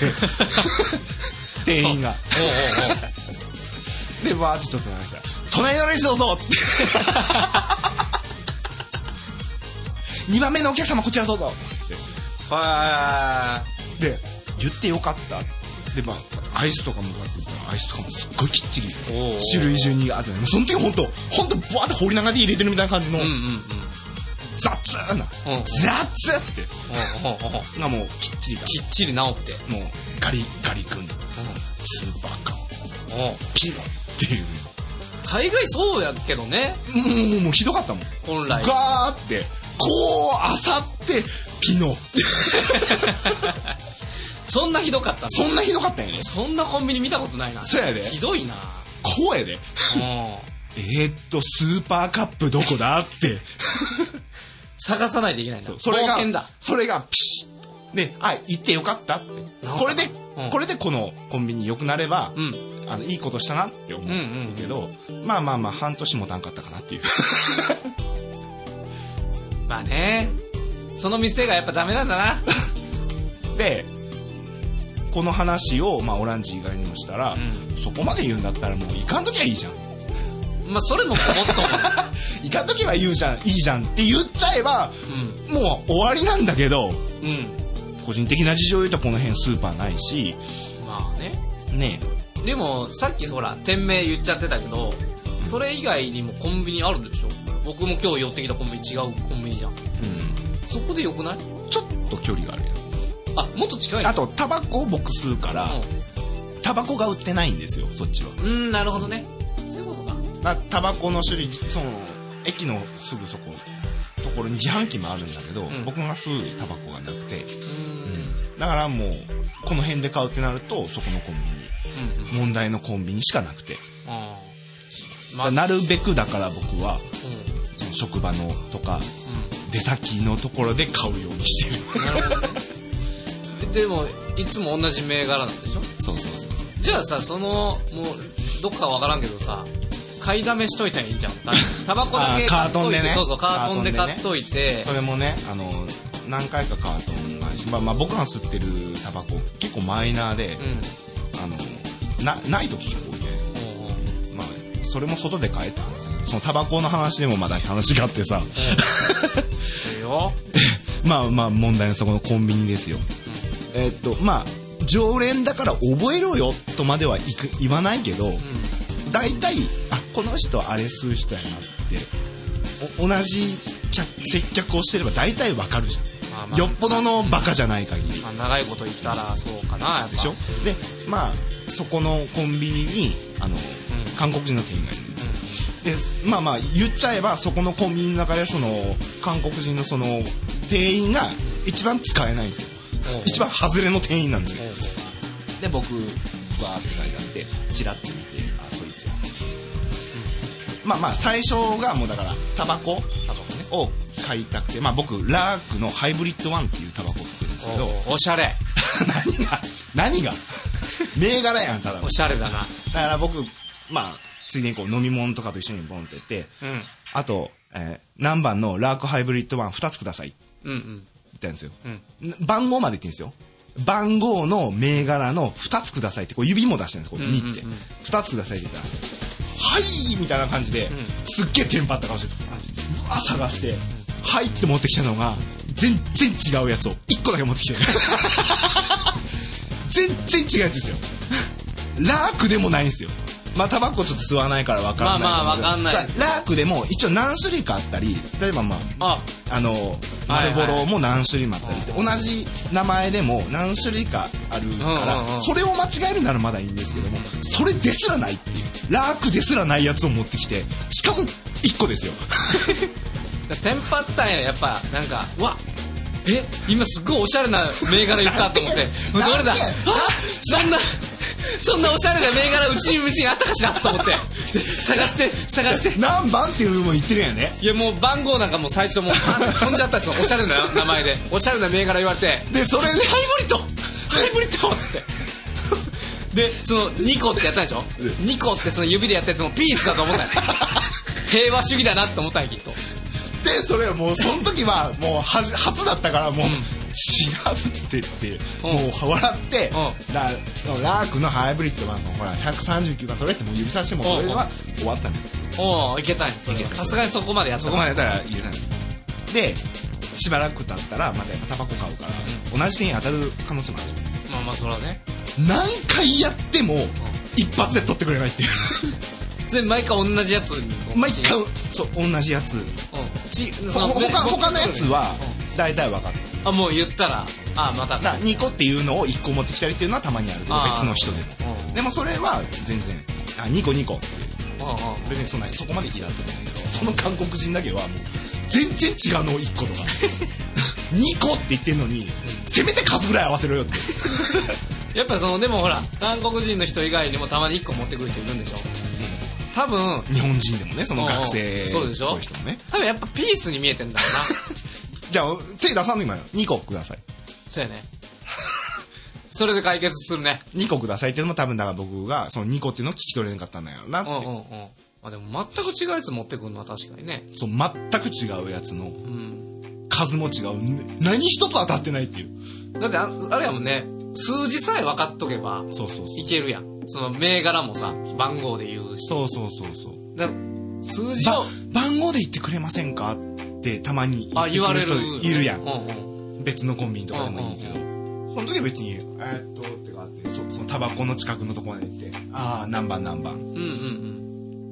店員がおうおうおうでバーってちょっとなんか隣のレジどうぞってにばんめのお客様こちらどうぞってはーで言ってよかったでまあアイスとかもアイスとかもすっごいきっちり種類順にあってねもうその時ほんとほんとバーって放り長で入れてるみたいな感じの、うんうんうん、ザッツーな、うん、ザッツーってがもうきっちりがきっちり直ってもうガリガリ君、うん、スーパーカーピノっていう大概そうやけどねもうもうひどかったもん本来ガーってこうあさってピノそんなひどかったそんなひどかったよねそんなコンビニ見たことないなそうやでひどいなこうやでえーっとスーパーカップどこだって探さないといけないんだそれが冒険だそれがピシッであ行ってよかったってこれで、うん、これでこのコンビニ良くなれば、うん、あのいいことしたなって思うけど、うんうんうん、まあまあまあ半年もたんかったかなっていうまあねその店がやっぱダメなんだなでこの話を、まあ、オランジ以外にもしたら、うん、そこまで言うんだったらもう行かんときゃいいじゃんまあそれもごもっとも行かんときは言うじゃんいいじゃんって言っちゃえば、うん、もう終わりなんだけど、うん、個人的な事情を言うとこの辺スーパーないしまあねねえでもさっきほら店名言っちゃってたけど、うん、それ以外にもコンビニあるでしょ。僕も今日寄ってきたコンビニ違うコンビニじゃん、うん、そこでよくない？ ちょっと距離があるやん。 あもっと近い。 あとタバコを僕吸うから、うん、タバコが売ってないんですよそっちは。 うんなるほどねそういうことか。 まあ、タバコの種類その駅のすぐそこところに自販機もあるんだけど、うん、僕が吸うタバコがなくて、うん、だからもうこの辺で買うってなるとそこのコンビニ、うんうん、問題のコンビニしかなくて、うんまあ、なるべくだから僕は、うん、その職場のとか、うん、出先のところで買うようにしてる。なるほどね。 でもいつも同じ銘柄なんでしょ。 そうそうそうそう。 じゃあさそのもうどっかわからんけどさ買いだめしといたらいいじゃん。タバコだけカートンでね。 そうそうカートンで買っといて、ね、 それもねあの何回かカートンがあるし、まあ、まあ僕が吸ってるタバコ結構マイナーで、うん、あの な, ない時結構多いね、うん、まあそれも外で買えたんですよ。そのタバコの話でもまだ話があってさ、 うん、いいよまあまあ問題のそこのコンビニですよ、うん、えー、っとまあ常連だから覚えろよとまではいく言わないけど、うん、大体あこの人あれ吸う人やなって同じ接客をしてれば大体わかるじゃん、まあまあ、よっぽどのバカじゃない限り、 まあ、長いこと言ったらそうかなやっぱでしょ。でまあそこのコンビニにあの、うん、韓国人の店員がいるんです、うん、でまあまあ言っちゃえばそこのコンビニの中でその韓国人のその店員が一番使えないんですよ。一番外れの店員なんですよ。で僕はって書いてあってチラッと見てあそいつよ、うん、まあまあ最初がもうだからタバコを買いたくて、まあ僕ラークのハイブリッドワンっていうタバコを吸ってるんですけどお, おしゃれ何が何が銘柄やんただのおしゃれだな。 だから僕まあついでにこう飲み物とかと一緒にボンってやって、うん、あと、えー、何番のラークハイブリッドワンふたつください、うんうん、言ったんですよ、うん、番号まで言ってんですよ。番号の銘柄のふたつくださいってこう指も出してるんですこうにって、うんうんうん、ふたつくださいって言ったらはいみたいな感じで、うん、すっげえテンパった顔してうわ探して、うん、はいって持ってきたのが全然違うやつをいっこだけ持ってきて全然違うやつですよ。ラークでもないんですよ。まあタバコちょっと吸わないから分かんない。 まあまあ分かんないです。 ラークでも一応何種類かあったり、例えばまあ あ, あのマルボロも何種類もあったりって、はいはい、同じ名前でも何種類かあるから、うんうんうん、それを間違えるならまだいいんですけども、それですらないっていうラークですらないやつを持ってきて、しかもいっこですよ。 テンパったんややっぱなんかうわえ今すっごいおしゃれな銘柄言ったと思ってどれだあそんなそんなおしゃれな銘柄うちに店にあったかしらと思って探して探して何番っていうのも言ってるんやね。 いやもう番号なんかもう最初もう飛んじゃったんですよ。おしゃれな名前でおしゃれな銘柄言われてでそれでハイブリッドハイブリッドっつってでそのにこってやったでしょ。にこってその指でやったやつもピースだと思ったよね。平和主義だなって思ったんやきっと。 でそれはもうその時はもう初だったからもう、うん、違うって言ってもう笑って、うん、だラークのハイブリッドはほらひゃくさんじゅうきゅうばんそれってもう指さしてもそれは終わったんだよ。 おおいけたんや。さすがにそこまでやったそこまでやったら言えないでしばらく経ったらまたやっぱタバコ買うから、うん、同じ店に当たる可能性もある。 まあまあそれはね何回やっても、うん、一発で取ってくれないっていう。 それ毎回同じやつに毎回そう同じやつ、うん、ちその他, 他のやつは大体分かる。 あもう言ったらあまただにこっていうのをいっこ持ってきたりっていうのはたまにあるけど別の人でも、うん、でもそれは全然あにこにこって別にそんなそこまでいらんと思うんだけど、その韓国人だけはもう全然違うのをいっことかにこって言ってんのに、うん、せめて数ぐらい合わせろよってやっぱそのでもほら韓国人の人以外にもたまにいっこ持ってくる人いるんでしょ。多分日本人でもねその学生っそうでしょ。 ぽい人もね多分やっぱピースに見えてんだろうな。 じゃあ手出さんの今にこください。 そうやね。それで解決するね。 にこくださいっていうのも多分だから僕がそのにこっていうのを聞き取れなかったんだよなって。うんうんうん。 あでも全く違うやつ持ってくるのは確かにね。 そう全く違うやつの数も違う。何一つ当たってないっていう。 だって あ, あれやもんね数字さえ分かっとけばいけるやん。その銘柄もさ番号で言うし。 そうそうそうそう。 だ数字を番号で言ってくれませんかってたまに言ってくる人いるやん、うんうん、別のコンビニとかでもいいけど、うんうん、その時は別にえー、っとってかってそそのタバコの近くのところまで行ってああ何番何番、うんうんうん、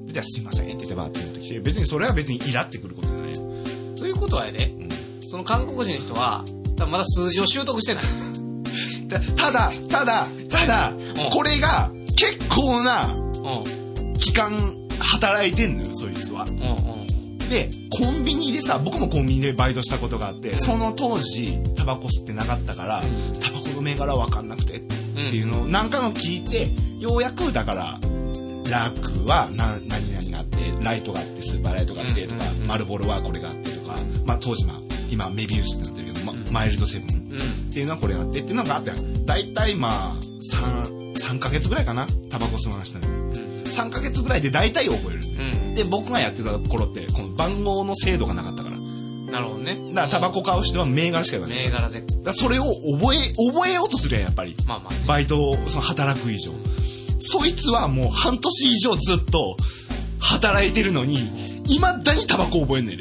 ですいませんって言ってバーって言ってきて別にそれは別にイラってくることじゃないよ。 ということはやで、うん、その韓国人の人は多分まだ数字を習得してないた, ただただただ、うん、これが結構な期間働いてんのよそいつは、うんうん、でコンビニでさ僕もコンビニでバイトしたことがあってその当時タバコ吸ってなかったから、うん、タバコの銘柄分かんなくてっていうのを何回も聞いてようやくだからラークはな何々があってライトがあってスーパーライトがあってとか、うんうん、マルボロはこれがあってとか、まあ、当時まあ今メビウスってなってるけど、ま、マイルドセブンっていうのはこれがあってっていうのがあってだいたいまあ 3, 3ヶ月ぐらいかなタバコ吸わしたの、うん、さんかげつぐらいでだいたい覚える、うん、で僕がやってた頃ってこの番号の精度がなかったからなるほどねだからタバコ買う人は銘柄しか言わない銘柄でだそれを覚え覚えようとするやんやっぱり、まあまあね、バイトをその働く以上そいつはもう半年以上ずっと働いてるのにいまだにタバコ覚えんねんで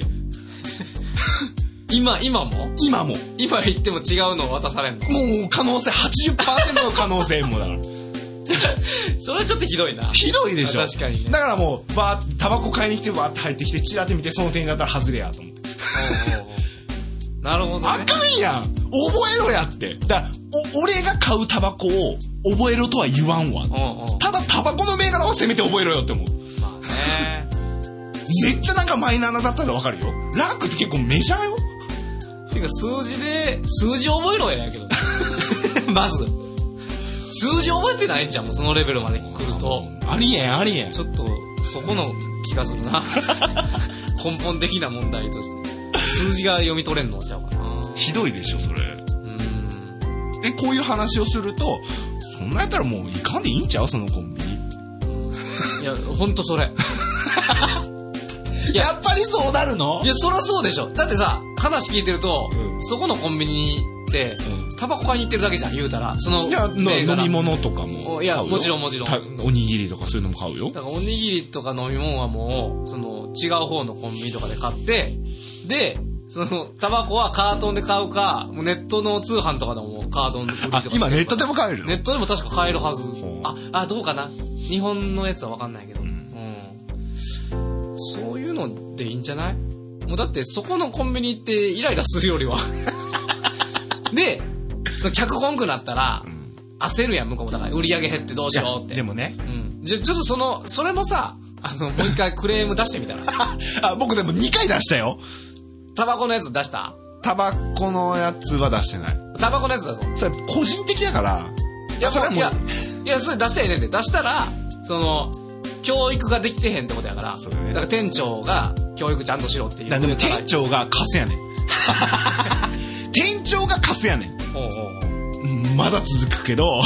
今今も今も今言っても違うのを渡されんのもう可能性 はちじゅっパーセント の可能性もだからそれはちょっとひどいなひどいでしょ確かにねだからもうバータバコ買いに来てバーって入ってきてチラって見てその店員だったら外れやと思っておうおうおうなるほどねあかんやん覚えろやってだからお俺が買うタバコを覚えろとは言わんわおうおうただタバコの銘柄はせめて覚えろよって思うまあねめっちゃなんかマイナーだったらわかるよラークって結構メジャーよてか数字で数字覚えろややけどまず数字覚えてないんじゃんもうそのレベルまで来るとありえんありえんちょっとそこの気がするな根本的な問題として数字が読み取れんのちゃうかなひどいでしょそれうんでこういう話をするとそんなやったらもう行かんでいいんちゃうそのコンビニいやほんとそれやっぱりそうなるのいやそりゃそうでしょだってさ話聞いてると、うん、そこのコンビニに行って、うん、タバコ買いに行ってるだけじゃん言うたらそのいや飲み物とかもいやもちろんもちろんおにぎりとかそういうのも買うよだからおにぎりとか飲み物はもうその違う方のコンビニとかで買ってでそのタバコはカートンで買うかもうネットの通販とかでもカートンで売るとか今ネットでも買えるのネットでも確か買えるはずああどうかな日本のやつは分かんないけど、うんうん、そういうのでいいんじゃないもうだってそこのコンビニ行ってイライラするよりはでその脚本くなったら、うん、焦るやん向こうもだから売り上げ減ってどうしようってでもね、 うん、じゃちょっとそのそれもさあのもう一回クレーム出してみたらあ僕でもにかい出したよタバコのやつ出したタバコのやつは出してないタバコのやつだぞそれ個人的だからいやそれもういやいやそれ出したらええねんって出したらその教育ができてへんってことやから、そうだね、だから店長が教育ちゃんとしろっていうでも店長がカスやねん店長がカスやねんおうおうまだ続くけど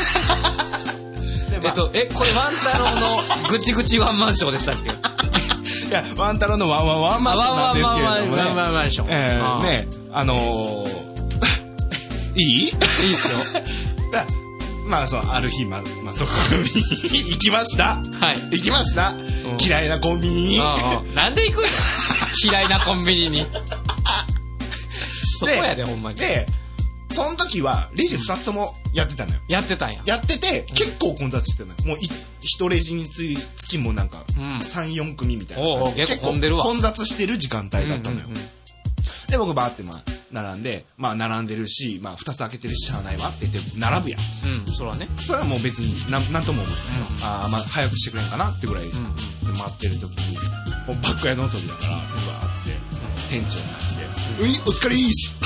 えっとえこれワン太郎のぐちぐちワンマンショーでしたっけいやワン太郎のワンワンワンマンショーなんですけれどもねワンワンマンショーえー、ねあのー、いいいいっすよまあそうある日ままあそこに行きましたはい行きました、うん、嫌いなコンビニになんで行くんや嫌いなコンビニにそこやでほんまにでその時はレジふたつともやってたのよやってたんややってて結構混雑してたのよもうい一レジにつきもなんか さん,よん 組みたいなおうおう結構混んでるわ混雑してる時間帯だったのよ、うんうんうん、で僕バーってまあ並んでまあ並んでるしまあふたつ開けてるししゃあないわって言って並ぶやんうんそれはねそれはもう別になんなんとも思ってない、うん、ああまあ早くしてくれんかなってぐらい、うんうん、で待ってる時にもうバック屋の扉からバーって、うん、店長が来て「うん、お疲れーす」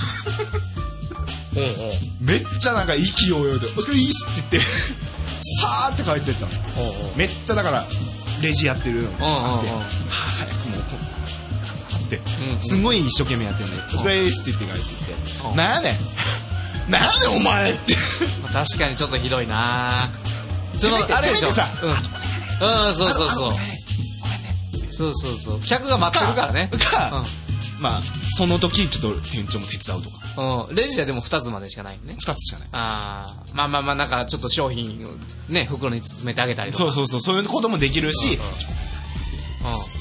おうおうめっちゃなんか意気揚々で「お疲れーす」って言ってさーって帰ってったのおうおうめっちゃだからレジやってるのがあって、はあ、早くもうって、うん、すごい一生懸命やってんね「お疲れーす」って言って帰ってきて「なんやねんなんやねんお前」って確かにちょっとひどいなそのあれでしょさ、 うん、うん、そうそうそうそうそうそう客が待ってるからねか、うん、まあその時ちょっと店長も手伝うとかうん、レジででもふたつまでしかないねふたつしかないああまあまあまあなんかちょっと商品をね袋に包めてあげたりとかそうそうそうそういうこともできるし、うんうん、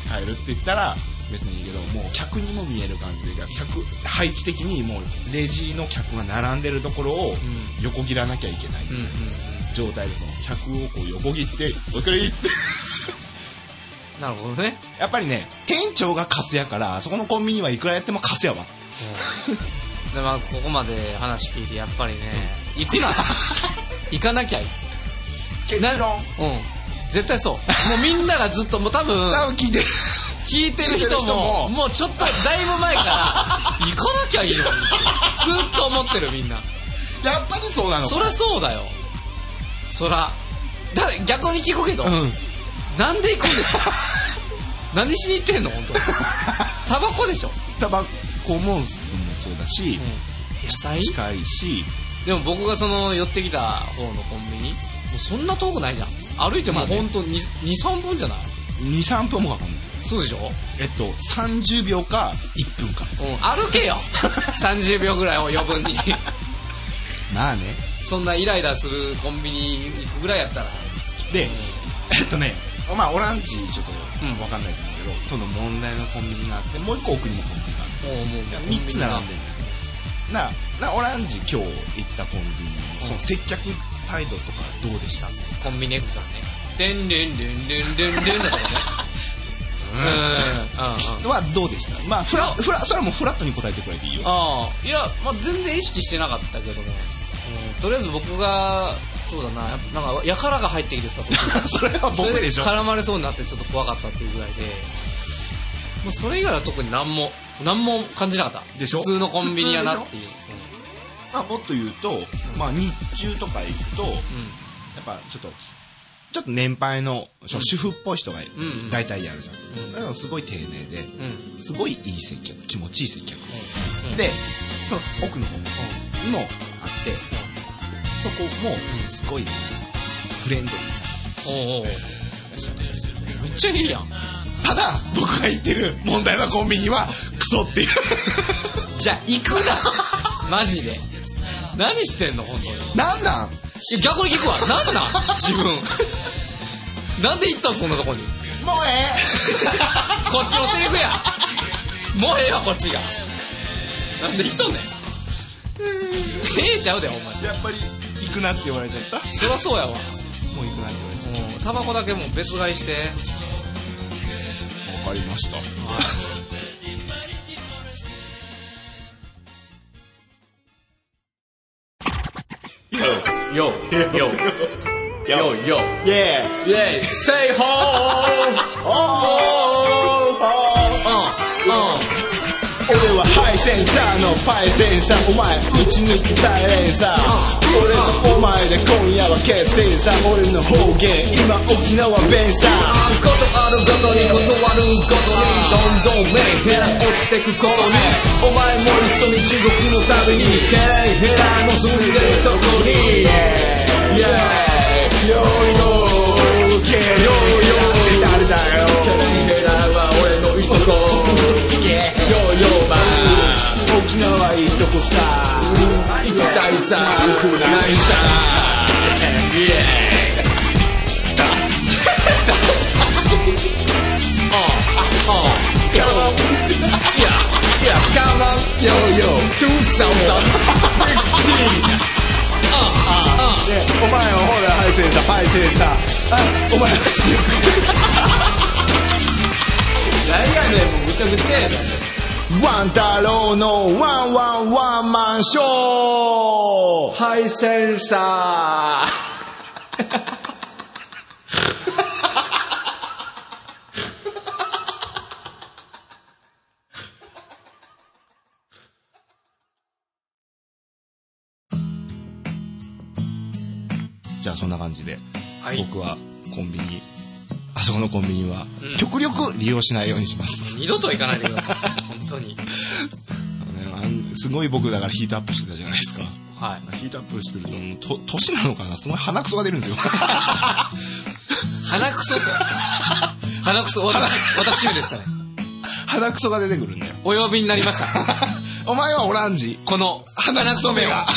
入るって言ったら別にいいけど、もう客にも見える感じで客配置的にもうレジの客が並んでるところを横切らなきゃいけない状態で、その客をこう横切ってお疲れってなるほどね。 やっぱりね、店長がカスやから、そこのコンビニはいくらやってもカスやわ、 うん、でまあここまで話聞いてやっぱりね、うん、行くな行かなきゃいい結論、 うん絶対そう。もうみんながずっともう多分多分聞いてる聞いてる人ももうちょっとだいぶ前から行かなきゃいいのにずっと思ってるみんな。 やっぱりそうなのか。 そりゃそうだよ。そらだ逆に聞くけど、うん、なんで行くんですか何しに行ってんの本当にタバコでしょ。 タバコもそうだし、 うん、野菜近いし。でも僕がその寄ってきた方のコンビニもうそんな遠くないじゃん。歩いてもほんと にさんぷんじゃない？ にさんぷんもかかんない。 そうでしょ。 えっとさんじゅうびょうかいっぷんか、 うん、歩けよさんじゅうびょうぐらいを余分にまあね、 そんなイライラするコンビニ行くぐらいやったらで、うん、えっとねまあオランジちょっと分かんないと思うけど、うん、その問題のコンビニがあって、もう一個奥にもコンビニがあって、みっつ並んでるんだよ。ななオランジ今日行ったコンビニのその接客態度とかどうでした？ コンビニエグさんね、でんでんでんでんでんでんだとかねうんはどうでした？まあフラフラそれはもうフラットに答えてくれていいよ。 ああいや、まあ、全然意識してなかったけども、うん、とりあえず僕がそうだな、なんかやからが入ってきてさそれは僕でしょ。 絡まれそうになってちょっと怖かったっていうぐらいで、もうそれ以外は特に何も何も感じなかったでしょ。普通のコンビニやなっていう、うん、 まあ、もっと言うと、うん、まあ日中とか行くと、うん、やっぱちょっとちょっと年配の主婦っぽい人が大体やるじゃん、うんうん、だからすごい丁寧で、うん、すごいいい接客、気持ちいい接客、うん、でその奥の方にもあって、うん、そこもすごいフレンドリーな人でめっちゃいいやん。 ただ僕が言ってる問題のコンビニはクソっていうじゃあ行くなマジで何してんの本当に。なんなん逆に聞くわ。なんなん自分なんで行ったんそんなとこに。 もうええこっちのセリフや。もうええわこっちが。なんで行っとんねん。ええちゃうでお前。 やっぱり行くなって言われちゃった。 そりゃそうやわ。もう行くなって言われちゃった。 タバコだけもう別買いして。 わかりました。 Yo, yo, yo, yo, yo, yeah, yeah, say ho, oh, oh, oh, oh. 俺はハイセンサーのパイセンサー、お前打ち抜きサイレンサー、俺とお前で今夜は決戦さ、俺の方言今沖縄弁さ、 ことあるごとに断るごとにどんどんメンヘラ落ちてくことに、お前も一緒に地獄の旅にケレンヘラの住んでるとこに Yeah, yeah, yo, yo, yo, yo 誰だよ。ケレンヘラは俺のいとこ沖縄いいとこさ、行きたいさ、行くないさ、イエーイああ Come on Yeah Yeah Come on Yo Yo Do somethingあああお前はほらハイセンサーパイセンサー、あお前は死ぬ何やねんもうむちゃくちゃやねん。 ワン太郎のワンワンワンマンショーハイセンサーじゃあそんな感じで、 はい、 僕はコンビニあそこのコンビニは極力利用しないようにします、 うん、二度と行かないでください本当にすごい僕だからヒートアップしてたじゃないですか、 はい、 ヒートアップしてるとと年なのかな、すごい鼻くそが出るんですよ鼻くそと鼻くそ私私ですかね。 鼻くそが出てくるんだよ。 お呼びになりましたお前はオランジこの鼻くそ目が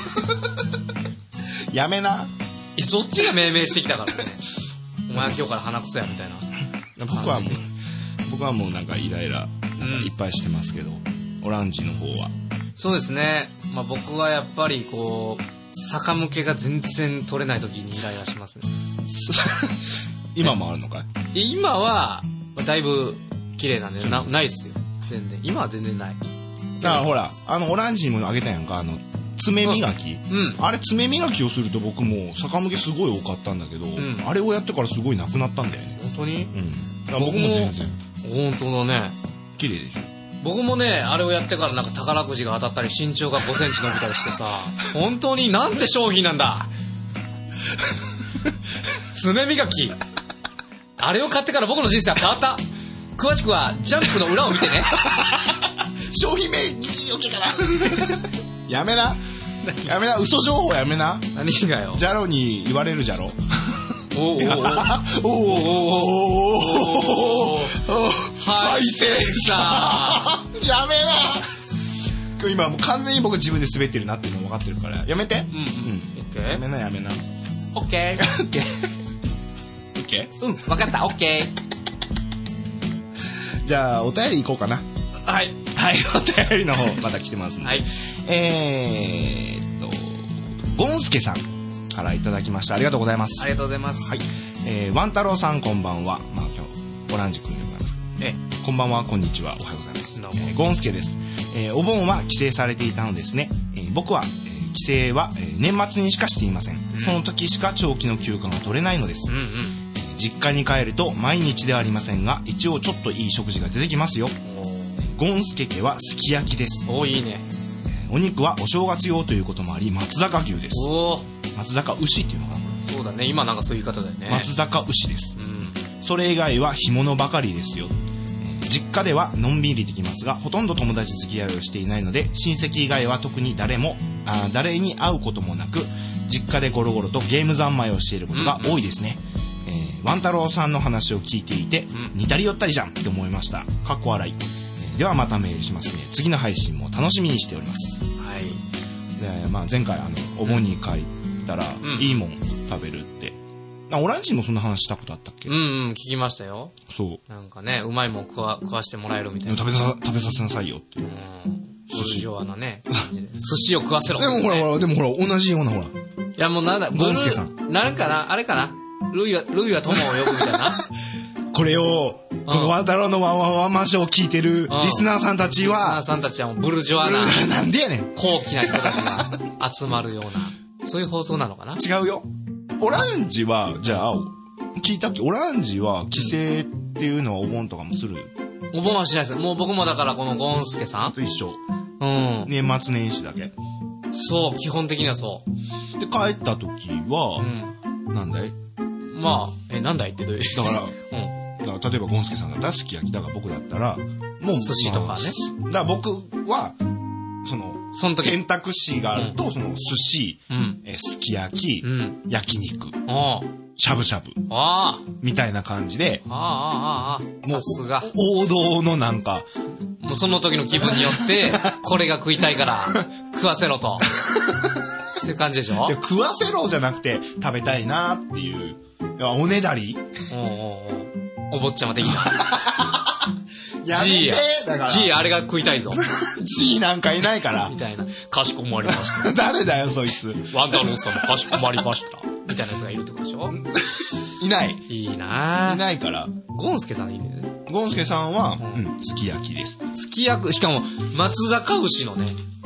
やめな。 そっちが命名してきたからねお前は今日から鼻くそやみたいな。 僕はもう僕はもうなんかイライラなんかいっぱいしてますけど、うん、オランジの方はそうですね、まあ、僕はやっぱりこう逆向けが全然取れない時にイライラしますね今もあるのかい？今はだいぶ綺麗なんで な, ないですよ全然。今は全然ない。 だからほらあのオランジにもあげたやんか、あの爪磨き、うん、あれ爪磨きをすると僕も逆向けすごい多かったんだけど、うん、あれをやってからすごいなくなったんだよね。 本当に？ うん。だから僕も全然本当だね、 綺麗でしょ。 僕もねあれをやってからなんか宝くじが当たったり身長がごセンチ伸びたりしてさ本当になんて商品なんだ爪磨きあれを買ってから僕の人生は変わった。詳しくはジャンプの裏を見てね商品名よけからやめなやめな、嘘情報やめな。 何がよ。 ジャロに言われるじゃろ。おおおおおおおおおハイセンサーやめな。今もう完全に僕自分で滑ってるなっていうの分かってるからやめて。うんうん、オッケー。やめなやめな。 オッケーオッケーオッケー。 うん分かったオッケー。 じゃあお便り行こうかな。 はいはい、お便りの方また来てますね。はい、えーっとゴンスケさんからいただきました。ありがとうございます。 ありがとうございます。 はい、えー、ワン太郎さんこんばんは。まあ今日オランジ君でございますけど、えー、こんばんは、こんにちは、おはようございます。どうも、えー、ゴンスケです。えー、お盆は帰省されていたのですね。えー、僕は、えー、帰省は、えー、年末にしかしていません、うん、その時しか長期の休暇が取れないのです、うんうん、実家に帰ると毎日ではありませんが一応ちょっといい食事が出てきますよ。ゴンスケ家はすき焼きです。 おいいね。 お肉はお正月用ということもあり松坂牛です。 お松坂牛っていうのかなこれ。 そうだね、今なんかそういう言い方だよね。 松坂牛です、うん、それ以外は干物ばかりですよ。えー、実家ではのんびりできますがほとんど友達付き合いをしていないので親戚以外は特に誰もあ誰に会うこともなく実家でゴロゴロとゲーム三昧をしていることが多いですね。うんうん、えー、ワン太郎さんの話を聞いていて、うん、似たり寄ったりじゃんって思いました。かっこ笑い。ではまたメールしますね。次の配信も楽しみにしております。 はい。 で、まあ、前回あのお盆に帰ったら、うん、いいもん食べるってオランジもそんな話したことあったっけ？ うんうん聞きましたよ。 そうなんかねうまいもん食わ食わしてもらえるみたいな。 食べさ食べさせなさいよって。うん寿司上なね寿司を食わせろ、 ね、でもほらほらでもほら同じようなほら。いやもうなんだゴンスケさんなんかなあれかなルイはルイは友を呼ぶみたいな。 これをこのワン太郎のワンワンワンマンショーを聞いてるリスナーさんたちは、リスナーさんたちはもうブルジョアななんでやねん高貴な人たちが集まるようなそういう放送なのかな。 違うよ。オランジはじゃあ聞いたっけ？オランジは帰省っていうのはお盆とかもする？ お盆はしないです。もう僕もだからこのゴンスケさんと一緒。 うん。 年末年始だけ。 そう基本的にはそう。 で帰った時は、うん、なんだい？ まあえなんだいってどういう？ だから。うんだから例えばゴンスケさんだったらすき焼きだから僕だったらもう寿司とかね、 まあ、だから僕はそのその時選択肢があると、うん、その寿司、うん、えすき焼き、うん、焼肉しゃぶしゃぶみたいな感じでああああさすが王道のなんかもうその時の気分によってこれが食いたいから食わせろとそういう感じでしょ。 食わせろじゃなくて食べたいなっていうおねだりおうおうおうお坊ちゃま的なやめてだから G あれが食いたいぞ G なんかいないからみたいなかしこまりました誰だよそいつワン太郎さんもかしこまりましたみたいなやつがいるってことでしょいないいいないないからゴンスケさんの意味でね。 ゴンスケさんは、うんうん、すき焼きです。 すき焼きしかも松坂牛のね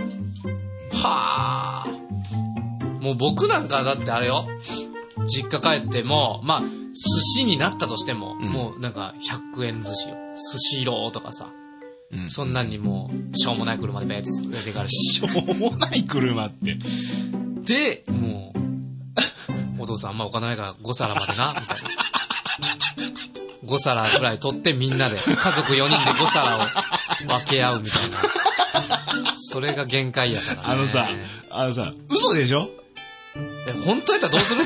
はあもう僕なんかだってあれよ実家帰ってもまあ寿司になったとしても、うん、もうなんかひゃくえん寿司よ寿司ローとかさ、うん、そんなんにもうしょうもない車でベーって出てからしょうもない車ってでもうお父さんあんまお金ないからご皿までなみたいなご皿くらい取ってみんなで家族よにんでご皿を分け合うみたいなそれが限界やからね。 あのさあのさ嘘でしょ。 え本当やったらどうする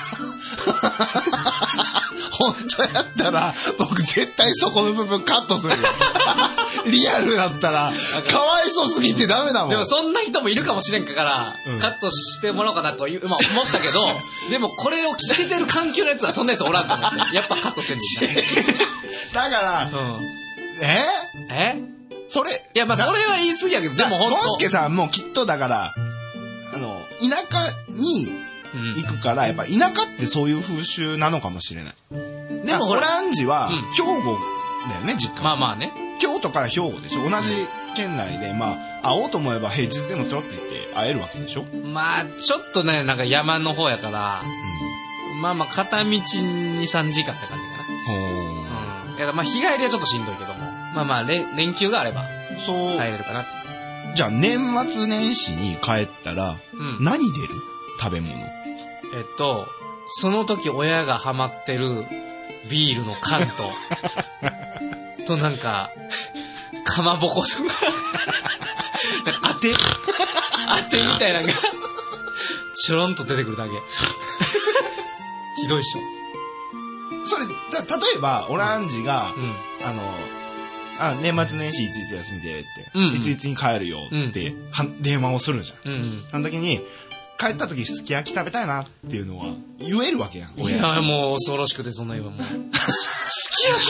本当やったら僕絶対そこの部分カットするよリアルだったらかわいそうすぎてダメだもん。 でもそんな人もいるかもしれんから、うん、カットしてもらおうかなとは、まあ、思ったけどでもこれを聞けてる環境のやつはそんなやつおらんと思ってやっぱカットしてんねんだから、うん、 ええそれ、 いや、まあ、それは言い過ぎやけど、でもほんと。 ゴンスケさんもきっとだから、あの、田舎に行くから、やっぱ田舎ってそういう風習なのかもしれない。でも、オランジは、兵庫だよね、実家。 まあまあね。 京都から兵庫でしょ。同じ県内で、まあ、会おうと思えば平日でもちょろって行って会えるわけでしょ。 まあ、ちょっとね、なんか山の方やから、うん、まあまあ、片道に、さんじかんって感じかな。ほー。うん。いや、まあ、日帰りはちょっとしんどいけども。まあまあ、連、連休があれば、そう。帰れるかなって。 じゃあ、年末年始に帰ったら、うん、何出る食べ物。 えっと、その時親がハマってるビールの缶と、となんか、かまぼこ、なんか当て、当てみたいなのが、ちょろんと出てくるだけ。ひどいっしょ。 それ、じゃあ、例えば、オランジが、うん、あの、あ、年末年始いついつ休みでって、うんうん、いついつに帰るよって、うん、は電話をするじゃん。うんうん、その時に、帰った時すき焼き食べたいなっていうのは言えるわけやん。 いや、もう恐ろしくてそんな言わもう。すき焼き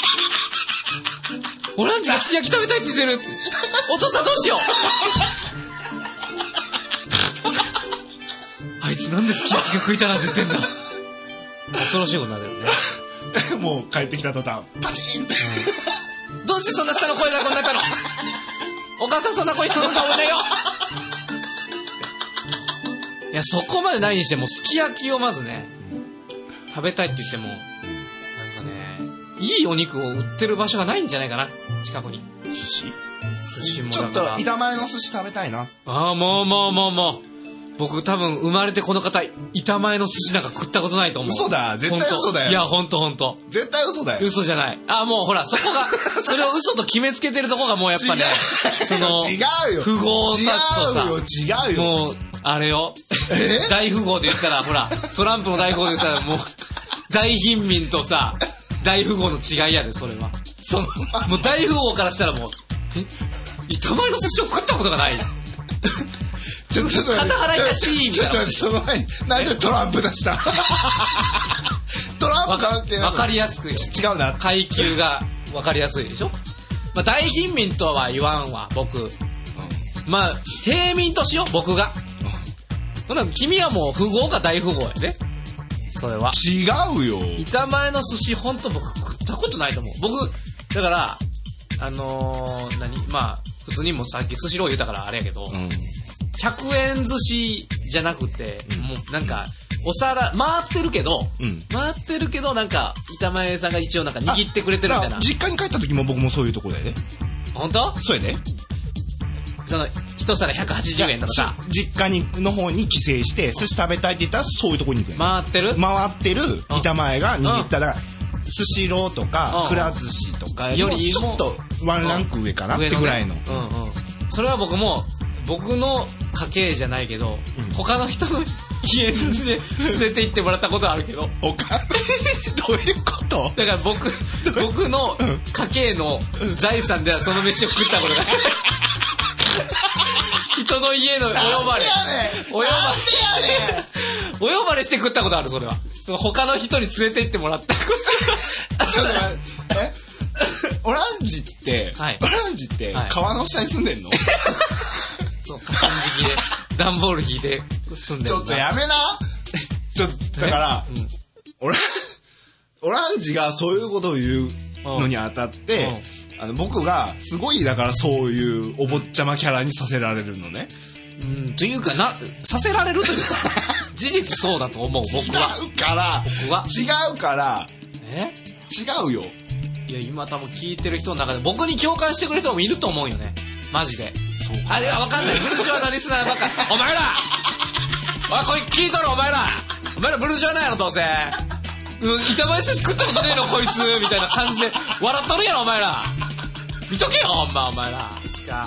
オランジがすき焼き食べたいって言ってるって。お父さんどうしようあいつなんですき焼きが食いたなんて言ってんだ。恐ろしいことになってるね。 もう帰ってきた途端、パチンって。 うん、どうしてそんな下の声がこんなったのお母さんそんな声するんだ俺だよいや、そこまでないにしても、すき焼きをまずね、食べたいって言っても、なんかね、いいお肉を売ってる場所がないんじゃないかな、近くに。 寿司寿司もだから。ちょっと板前の寿司食べたいな。 ああ、もうもうもうもう。僕多分生まれてこの方、板前の寿司なんか食ったことないと思う。 嘘だ、絶対嘘だよ。 いや、ほんとほんと。 絶対嘘だよ。 嘘じゃない。ああ、もうほら、そこが、それを嘘と決めつけてるとこがもうやっぱね、その、 違うよ。 符号を立つとさ、 違うよ、違うよ。 もう、あれよ。大富豪で言ったら、ほら、トランプの大富豪で言ったら、もう、大貧民とさ、大富豪の違いやで、それは。 そのもう大富豪からしたらもう、え板前の寿司を食ったことがない。 ちょっと肩払いだしみたいな。 ちょっとその前に、なんでトランプ出したトランプ関係ない。 わかりやすくよ。 違うな。 階級がわかりやすいでしょ。まあ、大貧民とは言わんわ、僕。うん、まあ、平民としよう、僕が。ほな、君はもう富豪か大富豪やで。それは。 違うよ。 板前の寿司ほんと僕食ったことないと思う。僕、だから、あのー、何まあ、普通にもさっき寿司ロー言うたからあれやけど、うん、ひゃくえん寿司じゃなくて、うん、もうなんか、お皿、回ってるけど、うん、回ってるけど、なんか、板前さんが一応なんか握ってくれてるみたいな。 実家に帰った時も僕もそういうとこだよね。 ほんと？ そうやで。 その、一皿ひゃくはちじゅうえんとかさ。 実家に、の方に帰省して、寿司食べたいって言ったら、そういうとこに行くやん。回ってる？ 回ってる板前が握ったら、寿司ローとか、くら寿司とかよりちょっとワンランク上かなってぐらいの。 うんうん。それは僕も、僕の家系じゃないけど、うん、他の人の家で連れて行ってもらったことあるけど。 他どういうこと？ だから僕、僕の家系の財産ではその飯を食ったことがない。人の家のお呼ばれ。お呼ばれ。お呼ばれして食ったことある、それは。他の人に連れて行ってもらったこと。 ちょっと待って。えオランジって、はい、オランジって川の下に住んでんの？ そう、河川敷で段ボール引いて住んでる。 ちょっとやめな。ちょっとだから、うん、オラオランジがそういうことを言うのにあたって、うん、あの僕がすごいだからそういうお坊ちゃまキャラにさせられるのね。 うん、というかな、させられるというか事実そうだと思う僕は。 違うから僕は違うからえ違うよ。 いや今多分聞いてる人の中で僕に共感してくれる人もいると思うよね、マジで。そうかあれは分かんない。ブルジョワのリスナーばっかお前らおいこれ聞いとるお前らお前らブルジョワなんやろどうせ、うん、板前寿司食ったことねえのこいつみたいな感じで笑っとるやろお前ら、見とけよほんまお前らいつか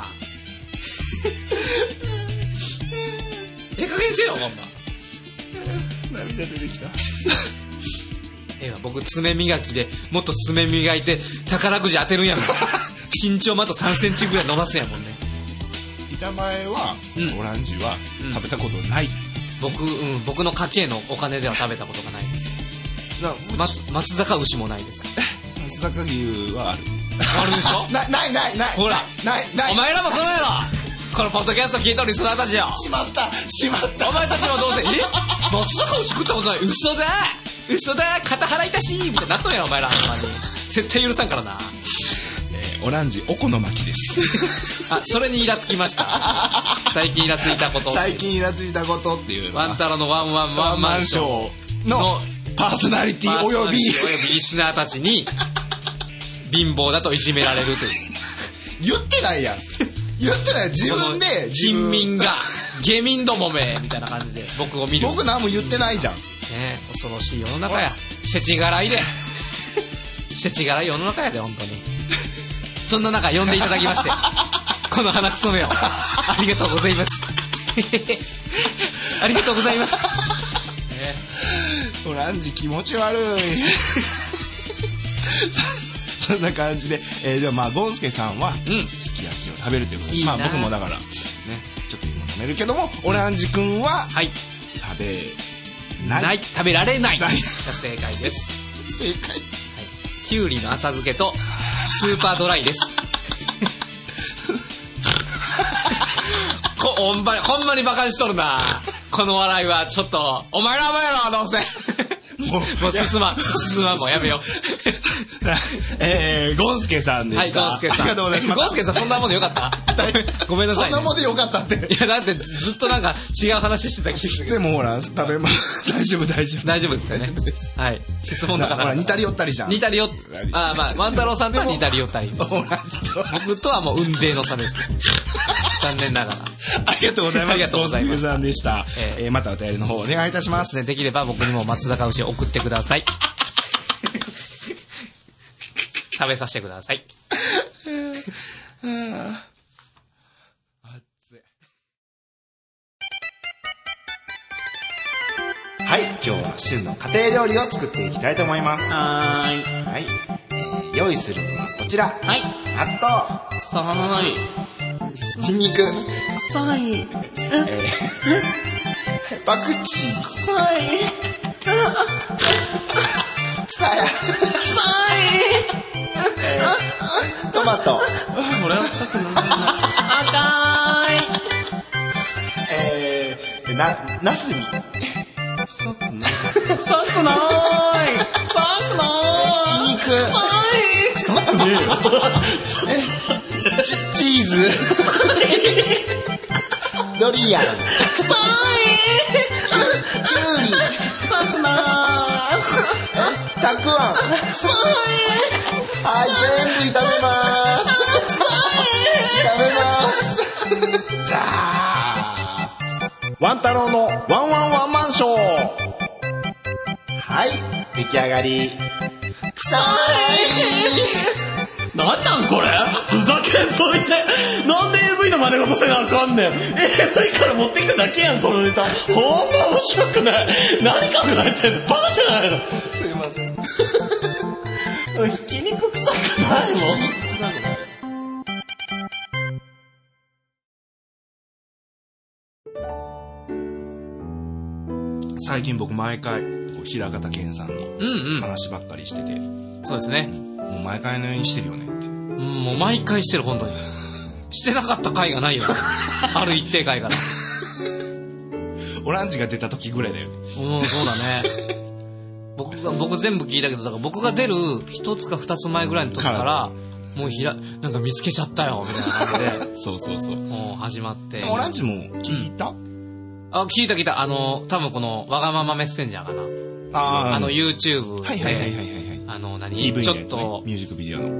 ええ加減せよほんま。 涙出てきた。 ええわ僕爪磨きでもっと爪磨いて宝くじ当てるんやもん。身長もあとさんセンチぐらい伸ばすんやもんね。 板前は、うん、オランジは食べたことない、うん、 僕、うん、僕の家計のお金では食べたことがないです。松, 松坂牛もないです。 松坂牛はある。 あるでしょ。 なないないないほらないないお前らもそうだよ。このポッドキャスト聞いとるリスナーたちよ。 しまったしまったお前たちはどうせえ松坂牛食ったことない。嘘だ嘘だ肩払いたしみたいになっとんやろお前ら。ほんまに絶対許さんからな。 えー、オランジお好巻きですあ、それにイラつきました。最近イラついたこと。 最近イラついたことっていうのはワンタロのワンワンワンマンショーのパーソナリティおよびおよびリスナーたちに貧乏だといじめられるという。 言ってないやん言ってない。自分で貧民が下民どもめみたいな感じで僕を見る。 僕何も言ってないじゃん。 ね、恐ろしい世の中や。世知辛いで世知辛い世の中やで本当に。そんな中呼んでいただきましてこの鼻くそめをありがとうございますありがとうございます、ね、 オランジ気持ち悪いそんな感じで、えー、ではまあゴンスケさんはすき焼きを食べるということで、うん、まあ僕もだからねちょっと今飲めるけども、オランジ君は、はい、食べないない食べられないが正解です。 正解、はい、 きゅうりの浅漬けとスーパードライですこほんまにほんまにバカにしとるなこの笑いは。ちょっとお前らお前らどうせもうもう進まん進まんもうやめようえー、ゴンスケさんでした。 はい、ゴンスケさん。ありがとうございます。ゴンスケさんそんなもんでよかったごめんなさい、ね、 そんなもんでよかったって。 いやだってずっとなんか違う話してた気がするけど。 でもほら食べま大丈夫大丈夫大丈夫ですかね。はい質問とかなほら似たり寄ったりじゃん。 似たりよあまあワンタロウさんとは似たり寄ったりほらちょっと僕とはもう雲泥の差ですね残念ながら。 ありがとうございます。 ありがとうございます。 さんでした、えーえー、またお便りの方お願いいたします。 で, できれば僕にも松坂牛を送ってください食べさせてくださいはい、今日は旬の家庭料理を作っていきたいと思います。 はーい、 はい、えー、用意するのはこちら。 はい、 納豆、 さーい、ニンニク、 さーい、 えー、パクチー、 さーい、 さや、 さーい、 えー、トマト、 これは臭くない赤い、 えー、な、ナスビ、 臭くない臭くない臭くないひき肉、 臭い臭くねえよチ, チーズドリアン臭いキュウリ臭くないたくあん臭いはい全部炒めます炒めますじゃあワン太郎のワンワンワンマンショー。はい出来上がり臭いなんなんこれふざけんといてなんで エーブイ の真似事せなあかんねん エーブイ から持ってきただけやんこのネタほんま面白くない何考えてんのバカじゃないのすいませんひき肉臭くないもんひき肉臭くない最近僕毎回平方健さんの話ばっかりしてて、うんうん、そうですねもう毎回のようにしてるよねって、うん、 もう毎回してる本当にしてなかった回がないよねある一定回からオランジが出た時ぐらいだよねうんそうだね僕が僕全部聞いたけどだから僕が出る一つか二つ前ぐらいの時からもうひらなんか見つけちゃったよみたいな感じでそうそうそうもう始まってオランジも聞いた、うん、 あ聞いた聞いたあの多分このわがままメッセンジャーかなああの YouTube で、 はいはいはいはいはい、 あの何、 イーブイちょっとミュージックビデオの、 うん、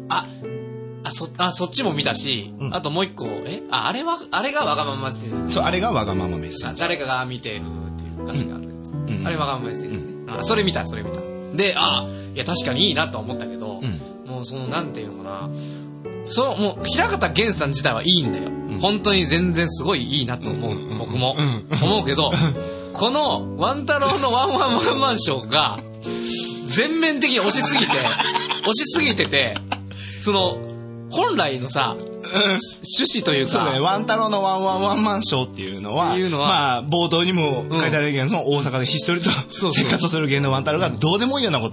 ああそあそっちも見たし、うん、あともう一個えああれはあれがわがままメッセンジャーそうあれがわがままメッセンジャー誰かが見てるっていう歌詞があるやつ、うん、あれわがままメッセンジャーね、うん、あそれ見たそれ見たであいや確かにいいなと思ったけど、うん、もうそのなんていうのかなそうもう平方源さん自体はいいんだよ、うん、本当に全然すごいいいなと思う、うん、僕も、うん、思うけどこのワン太郎のワンワンワンマンショーが全面的に押しすぎて押しすぎててその本来のさ趣旨というかそうねワン太郎のワンワンワンマンショーっていうのはいうのはまあ冒頭にも書いてあるけど、うん、その大阪でひっそりと生活する芸能ワン太郎がどうでもいいようなことを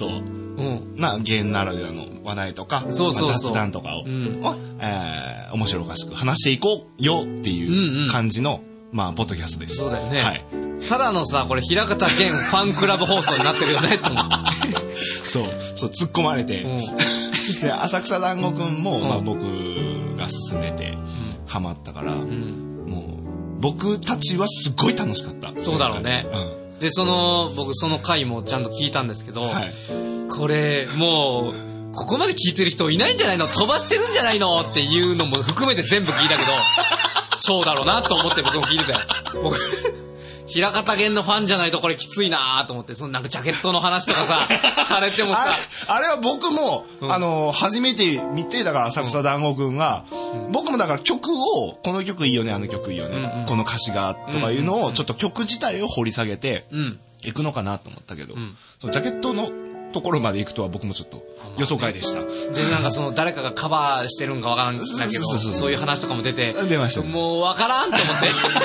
うんな芸ならではの話題とか、 そうそうそうまあ雑談とかを、 うんをえー面白おかしく話していこうよっていう感じの、まあポッドキャストです。 そうだよね、 はい、 ただのさこれ平方源ファンクラブ放送になってるよねと思ってそうそう突っ込まれて、 うんで浅草団子くんも、 うんまあ、僕が勧めてハマったから、 うん、 もう僕たちはすっごい楽しかった。 そうだろうね、うん、でその僕その回もちゃんと聞いたんですけど、はい、これもうここまで聞いてる人いないんじゃないの、飛ばしてるんじゃないのっていうのも含めて全部聞いたけどそうだろうなと思って僕も聞いてたよ。僕平方源のファンじゃないとこれきついなと思って、そのなんかジャケットの話とかさされてもさあ, あれは僕も、うん、あの初めて見て、だから浅草団子くんが、うん、僕もだから曲をこの曲いいよねあの曲いいよね、うんうん、この歌詞がとかいうのをちょっと曲自体を掘り下げていくのかなと思ったけど、うん、そのジャケットのところまで行くとは僕もちょっと予想外でした。 でなんかその誰かがカバーしてるんかわからんだけど、そういう話とかも出て出ました、ね、 もうわからんと思って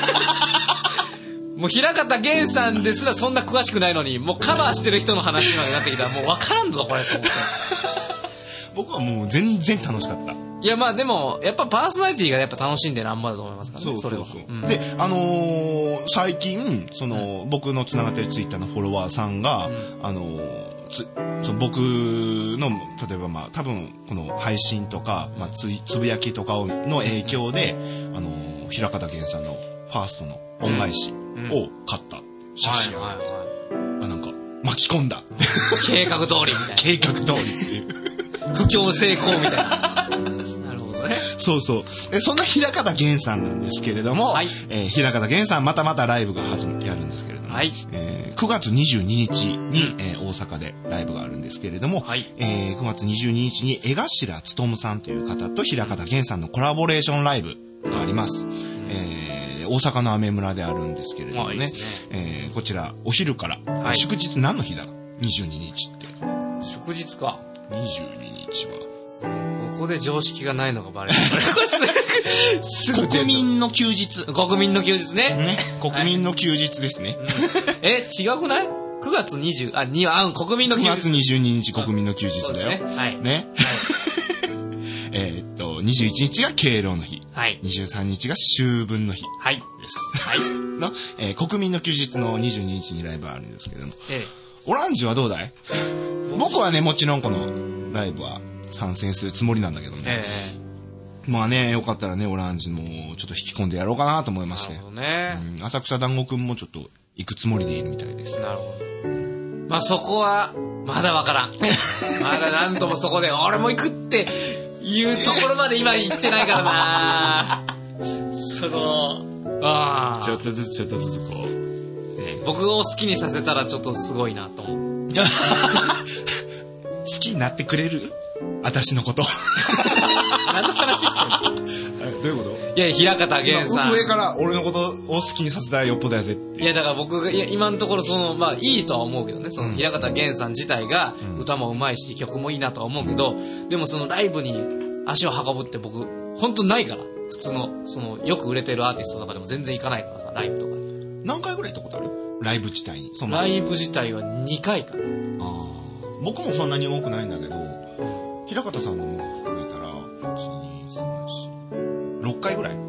もう平方源さんですらそんな詳しくないのにもうカバーしてる人の話までなってきたらもうわからんぞこれと思って僕はもう全然楽しかった。 いやまあでもやっぱパーソナリティがやっぱ楽しんでなんぼだと思いますからね。 そうそうそう、 それは、うん、 であのー、最近その、うん、僕のつながってるツイッターのフォロワーさんが、うん、あのーつその僕の例えばまあ多分この配信とか、まあ、つ, つぶやきとかの影響で、あのー、平方源さんのファーストの恩返しを買った写真を、はいはいはい、あなんか巻き込んだ計画通りみたいな計画通りっていう不況成功みたいななるほどね。 そうそう。えそんな平方源さんなんですけれども、はい、えー、平方源さんまたまたライブが始めやるんですけれども、はい、えー、くがつにじゅうににちに、うん、えー、大阪でライブがあるんですけれども、はい、えー、くがつにじゅうににちに江頭勉さんという方と平方源さんのコラボレーションライブがあります。うん、えー、大阪のアメ村であるんですけれどもね、いいですね、えー、こちらお昼から、はい、祝日何の日だにじゅうににちって祝日かにじゅうににちはここで常識がないのがバレるすぐ国民の休日国民の休日 ね, ね国民の休日ですね、はい、 え違くないくがつにじゅうあにあ国民の休日くがつにじゅうににち国民の休日だよ、 ねはいね、 はい、えっとにじゅういちにちが敬老の日、はい、にじゅうさんにちが秋分の日です、はい、の、えー、国民の休日のにじゅうににちにライブあるんですけれども、ええ、オランジュはどうだい？僕はねもちろんこのライブは参戦するつもりなんだけどね、ええ、まあねよかったらねオランジュもちょっと引き込んでやろうかなと思いまして、なるほどね、うん、浅草団子くんもちょっと行くつもりでいるみたいです。 なるほど。まあそこはまだわからんまだなんともそこで俺も行くっていうところまで今行ってないからなそのあちょっとずつちょっとずつこう、 ね、僕を好きにさせたらちょっとすごいなと思う好きになってくれる私のこと何の話してるのどういうこと？ いや平方源さん上から俺のことを好きにさせたらよっぽどやぜっていやだから僕がいや今のところそのまあいいとは思うけどねその平方源さん自体が歌もうまいし曲もいいなとは思うけど、でもそのライブに足を運ぶって僕本当ないから普通のそのよく売れてるアーティストとかでも全然行かないからさライブとか何回ぐらい行ったことある？ライブ自体にそのライブ自体はにかいかな。 あ僕もそんなに多くないんだけど平方さんのも含めたらいちにさんしろっかいぐらい、うん、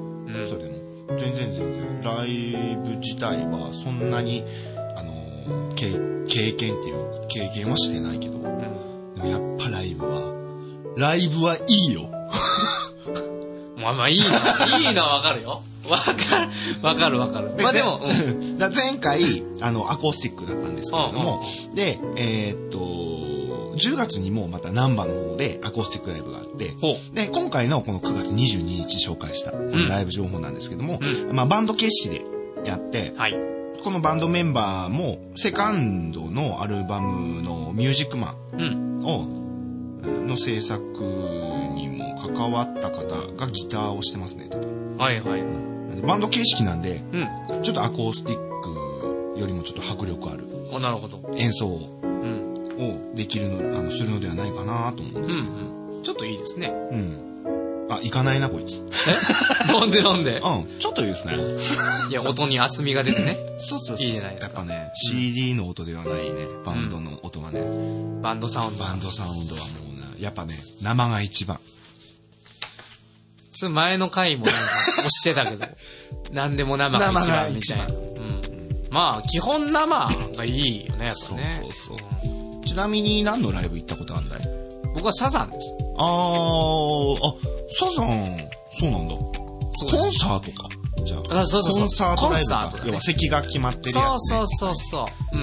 それでも全然全然ライブ自体はそんなにあの経経験っていう経験はしてないけど、うん、でもやっぱライブはライブはいいよまあまあいいないいなわかるよわかるわかるわかるまあでも、うん、 だ前回あのアコースティックだったんですけれども、うんうん、でえー、っとじゅうがつにもまた難波の方でアコースティックライブがあってで今回のこのくがつにじゅうににち紹介したこのライブ情報なんですけども、うん、まあバンド形式でやって、はい、このバンドメンバーもセカンドのアルバムのミュージックマンを、うん、の制作にも関わった方がギターをしてますね多分。はいはい。バンド形式なんで、うん、ちょっとアコースティックよりもちょっと迫力あるあなるほど演奏を、うん、をできるのあのするのではないかなと思うんですけど、うんうん、 ちょっといいですね。 うん。 あ、行かないなこいつ。 えなんでなんでうん、ちょっといいですね。 いや、音に厚みが出てね。 そうそうそう。 いいじゃないですか。 やっぱね、シーディー の音ではないね、バンドの音がね。 バンドサウンド。 バンドサウンドはもうな、やっぱね、生が一番。 それ前の回もなんか押してたけど、なんでも生が一番みたいな。うん。まあ、基本生がいいよね、やっぱね。 そうそうそう。ちなみに何のライブ行ったことあるんだい？ 僕はサザンです。 あー、あ、サザン、そうなんだ。コンサートか。じゃあ、 あ、そうそうそう。 コンサートライブか。 コンサートだね。 要は席が決まってるやつ、ね。 そうそうそうそう。うん。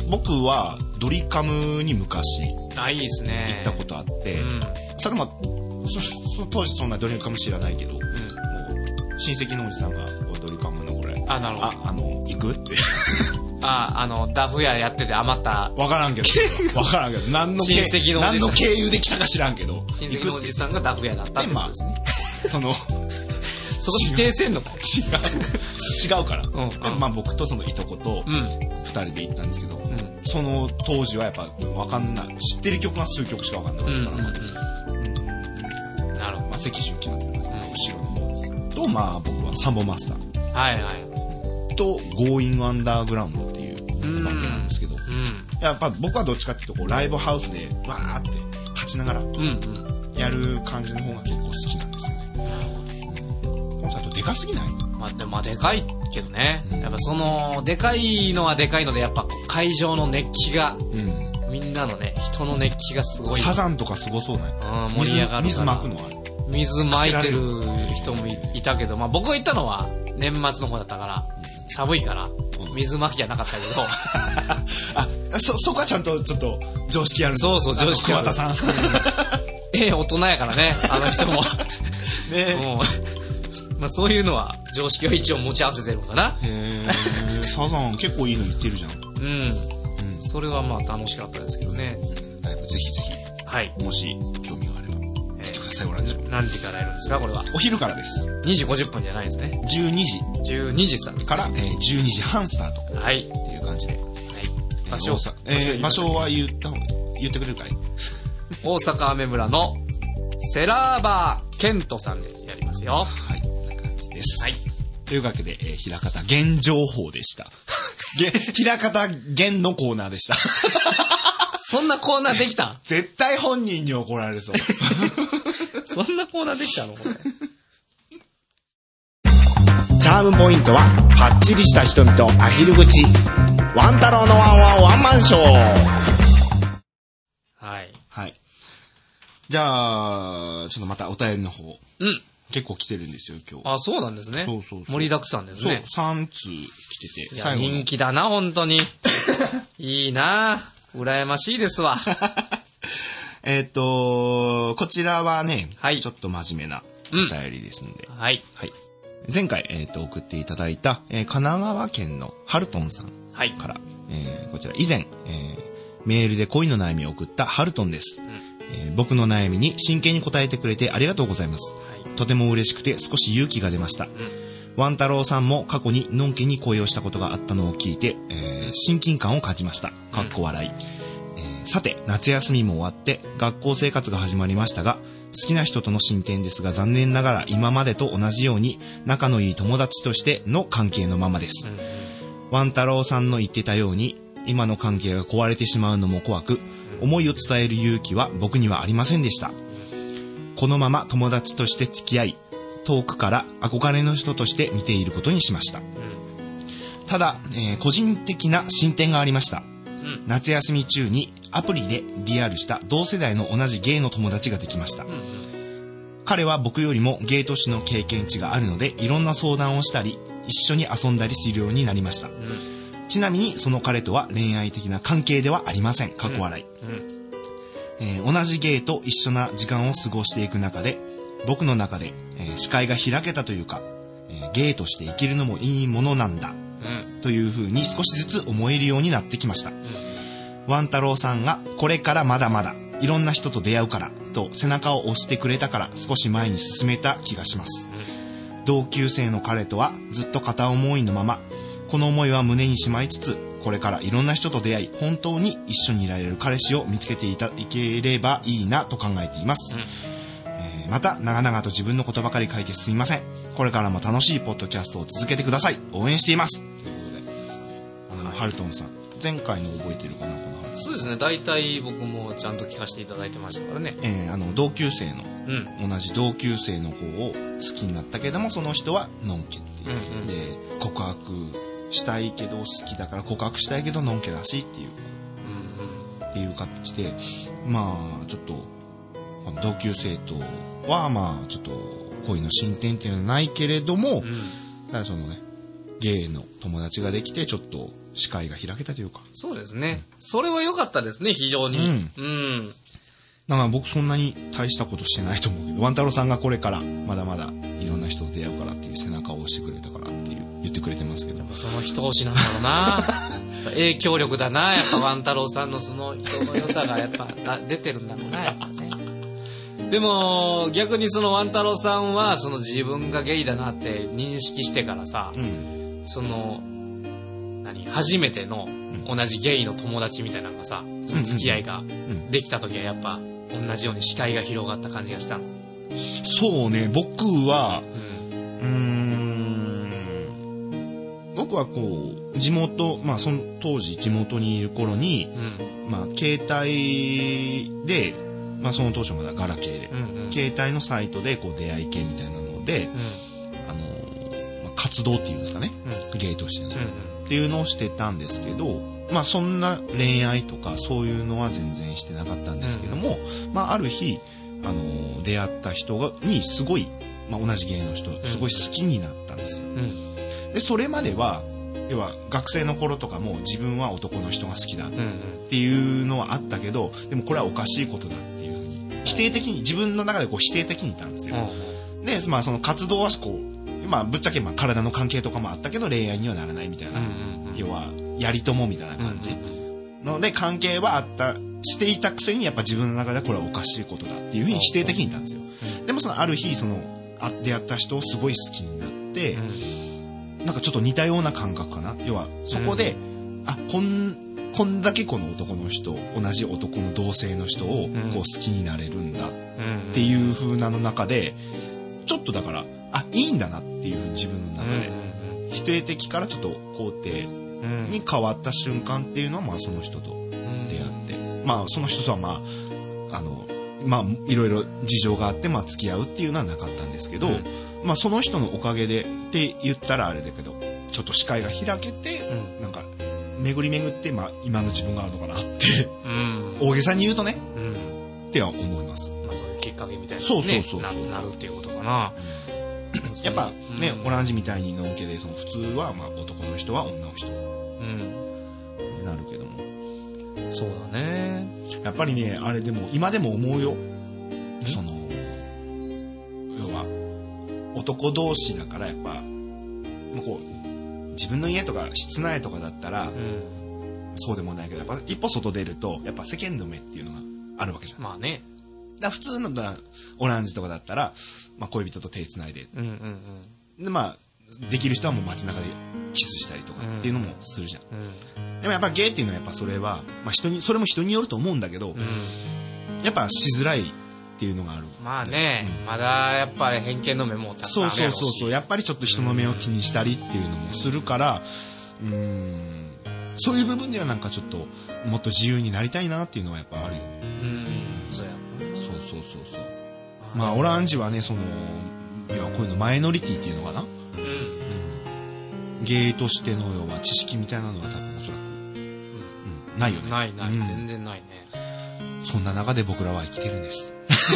僕はドリカムに昔あ、いいですね。 行ったことあって、 うん、 それもそそ当時そんなドリカム知らないけど、うん、もう親戚のおじさんがドリカムのこれ、 あ、なるほど。 あ、あの行くって。 あ、あのダフ屋やってて余った。 わからんけど、わからんけど、何の親戚のおじさん、 何の経由で来たか知らんけど、 親戚のおじさんがダフ屋だったってことですね。まあ、 その。 そこ否定せんのか違う違うから、うんうん、まあ僕とそのいとことふたりで行ったんですけど、うん、その当時はやっぱ分かんない、知ってる曲が数曲しか分かんなかったから、うんうんうん、なるほど、まあ、席順決まってるんですけど、うん、後ろの方ですと、まあ僕はサンボマスター、はいはい、と Going Underground っていうバンドなんですけど、うん、やっぱ僕はどっちかっていうとこうライブハウスでわーって立ちながらやる感じの方が結構好きなんですよね。コンサートでかすぎない？ まあ、でまあでかいけどね、うん、やっぱそのでかいのはでかいのでやっぱ会場の熱気が、うん、みんなのね人の熱気がすごい。 サザンとかすごそうね、 うん、盛り上がるから。 水巻くのある？ 水巻いてる人も い, いたけど、まあ僕が行ったのは年末の方だったから、うん、寒いから、うん、水巻きじゃなかったけどあ、そそこはちゃんとちょっと常識ある。 そうそう、常識ある。 桑田さんええ大人やからね、あの人もね、もうまあ、そういうのは常識は一応持ち合わせてるのかな。 へーサザン結構いいの言ってるじゃん。うん、 うん、それはまあ楽しかったですけどね。 ライブぜひぜひ、はい、もし興味があれば見てください。ご覧ください。 何時からやるんですかこれは？ お昼からです。 にじごじゅっぷんじゃないですね。じゅうにじじゅうにじスタートから、えー、じゅうにじはんスタート、はい、っていう感じで、はい、場所、えー、場所は言った方が言ってくれるかい？ 大阪アメ村のセラーバーケントさんでやりますよ。はい、 です。はい。というわけで、えー、ひらかた弦情報でした。ひらかた弦のコーナーでした。 そんなコーナーできたん？ 絶対本人に怒られそう。 そんなコーナーできたのこれ。 チャームポイントは、パッチリした瞳とアヒル口。ワン太郎のワンワンワンマンショー。 はい。 はい。じゃあ、ちょっとまたお便りの方。 うん。 結構来てるんですよ今日。 あ、そうなんですね。そうそうそう、盛りだくさんですね。 そう、さんつう来てて。 いや、人気だな本当に。いいな、羨ましいですわ。 えっとこちらはね、はい、ちょっと真面目なお便りですので、うん、はい、はい、前回、えー、と送っていただいた、えー、神奈川県のハルトンさんから、はい、えー、こちら以前、えー、メールで恋の悩みを送ったハルトンです、うん、えー、僕の悩みに真剣に答えてくれてありがとうございます、はい、とても嬉しくて少し勇気が出ました、うん、ワン太郎さんも過去にのんけに恋をしたことがあったのを聞いて、えー、親近感を感じました。かっこ笑い、うん、えー、さて夏休みも終わって学校生活が始まりましたが、好きな人との進展ですが残念ながら今までと同じように仲のいい友達としての関係のままです、うん、ワン太郎さんの言ってたように今の関係が壊れてしまうのも怖く、思いを伝える勇気は僕にはありませんでした。このまま友達として付き合い、遠くから憧れの人として見ていることにしました、うん、ただ、えー、個人的な進展がありました、うん、夏休み中にアプリでリアルした同世代の同じゲイの友達ができました、うんうん、彼は僕よりもゲイとしての経験値があるのでいろんな相談をしたり一緒に遊んだりするようになりました、うん、ちなみにその彼とは恋愛的な関係ではありません。かっこ笑い、うんうん、えー、同じゲイと一緒な時間を過ごしていく中で僕の中で、えー、視界が開けたというか、えー、ゲイとして生きるのもいいものなんだ、うん、という風に少しずつ思えるようになってきました、うん、ワン太郎さんがこれからまだまだいろんな人と出会うからと背中を押してくれたから少し前に進めた気がします、うん、同級生の彼とはずっと片思いのまま、この思いは胸にしまいつつこれからいろんな人と出会い本当に一緒にいられる彼氏を見つけていたいければいいなと考えています、うん、ええー、また長々と自分のことばかり書いてすみません。これからも楽しいポッドキャストを続けてください。応援しています。ということで、あの、はい、ハルトンさん、前回の覚えてるかな、この話。 そうですね、大体僕もちゃんと聞かせていただいてましたからね。 えー、あの同級生の、 うん、 同じ同級生の方を好きになったけども、その人はのんけっていう、うんうん、で告白したいけど好きだから告白したいけどのんけだしっていう、うんうん、っていう形で、まあちょっと同級生とはまあちょっと恋の進展っていうのはないけれども、うん、ただそのねゲイの友達ができてちょっと視界が開けたというか。 そうですね、うん、それは良かったですね、非常に。うん、うん、 だから僕そんなに大したことしてないと思うけど、ワン太郎さんがこれからまだまだいろんな人と出会うからっていう背中を押してくれたからっていう言ってくれてますけど、 その人押しなんだろうな影響力だな、やっぱワン太郎さんのその人の良さがやっぱ出てるんだろうな、やっぱね。でも逆にそのワン太郎さんはその自分がゲイだなって認識してからさ、うん、その何初めての同じゲイの友達みたいなのがさ、その付き合いができた時はやっぱ同じように視界が広がった感じがしたの。 そうね、僕は、うん、うーん僕はこう地元、まあその当時地元にいる頃に、うん、まあ携帯で、まあその当初まだガラケーで、うんうん、携帯のサイトでこう出会い系みたいなので、うん、あのまあ、活動っていうんですかね、うん、ゲイとしての、うんうん、っていうのをしてたんですけど、まあそんな恋愛とかそういうのは全然してなかったんですけども、うん、まあある日あの出会った人がにすごい、まあ、同じ芸の人すごい好きになったんですよ、うん、でそれまでは要は学生の頃とかも自分は男の人が好きだっていうのはあったけど、でもこれはおかしいことだっていうふうに否定的に自分の中でこう否定的に言ったんですよ、うん、でまあその活動はこうまあぶっちゃけまあ体の関係とかもあったけど恋愛にはならないみたいな、うんうんうん、要はやりともみたいな感じ、うんうん、ので関係はあったしていたくせにやっぱ自分の中ではこれはおかしいことだっていうふうに否定的に言ったんですよ、うん、でもそのある日その出会った人をすごい好きになって、うん、なんかちょっと似たような感覚かな。要はそこで、うん、あこんこんだけこの男の人同じ男の同性の人をこう好きになれるんだっていう風なの中でちょっとだからあいいんだなっていうふうに自分の中で、うん、否定的からちょっと肯定に変わった瞬間っていうのはまあその人と出会って、うん、まあその人とはまああのまあいろいろ事情があってまあ付き合うっていうのはなかったんですけど、うん、まあその人のおかげでって言ったらあれだけどちょっと視界が開けて、うん、なんか巡り巡ってまあ今の自分があるのかなって、うん、大げさに言うとね、うん、っては思います。 まあそういうきっかけみたいな、ね、 そうそうそうそうな, なるっていうことかな。 やっぱね、うん、オランジみたいにのんけでその普通はまあ男の人は女の人になるけども、 うん、そうだね。 やっぱりねあれでも今でも思うよ、その要は男同士だからやっぱもうこう自分の家とか室内とかだったら、うん、そうでもないけどやっぱ一歩外出るとやっぱ世間の目っていうのがあるわけじゃん。 まあね。 だ普通のだオランジとかだったら、まあ、恋人と手つないで、うんうんうん、でまあできる人はもう街中でキスしたりとかっていうのもするじゃん、うんうん、でもやっぱゲイっていうのはやっぱそれは、まあ、人にそれも人によると思うんだけど、うん、やっぱしづらいっていうのがある。 まあね、うん、まだやっぱり偏見の目もたくさんあるやろうし、 そうそうそうそう、やっぱりちょっと人の目を気にしたりっていうのもするから、うーんそういう部分ではなんかちょっともっと自由になりたいなっていうのはやっぱあるよね。うん、うん、そうやそうそうそうそう。まあオランジはねそのいやこういうのマイノリティっていうのかな、うんうん、ゲイとしての要は知識みたいなのは多分おそらく、うんうん、ないよね。 ないない、うん、全然ないね。 そんな中で僕らは生きてるんです。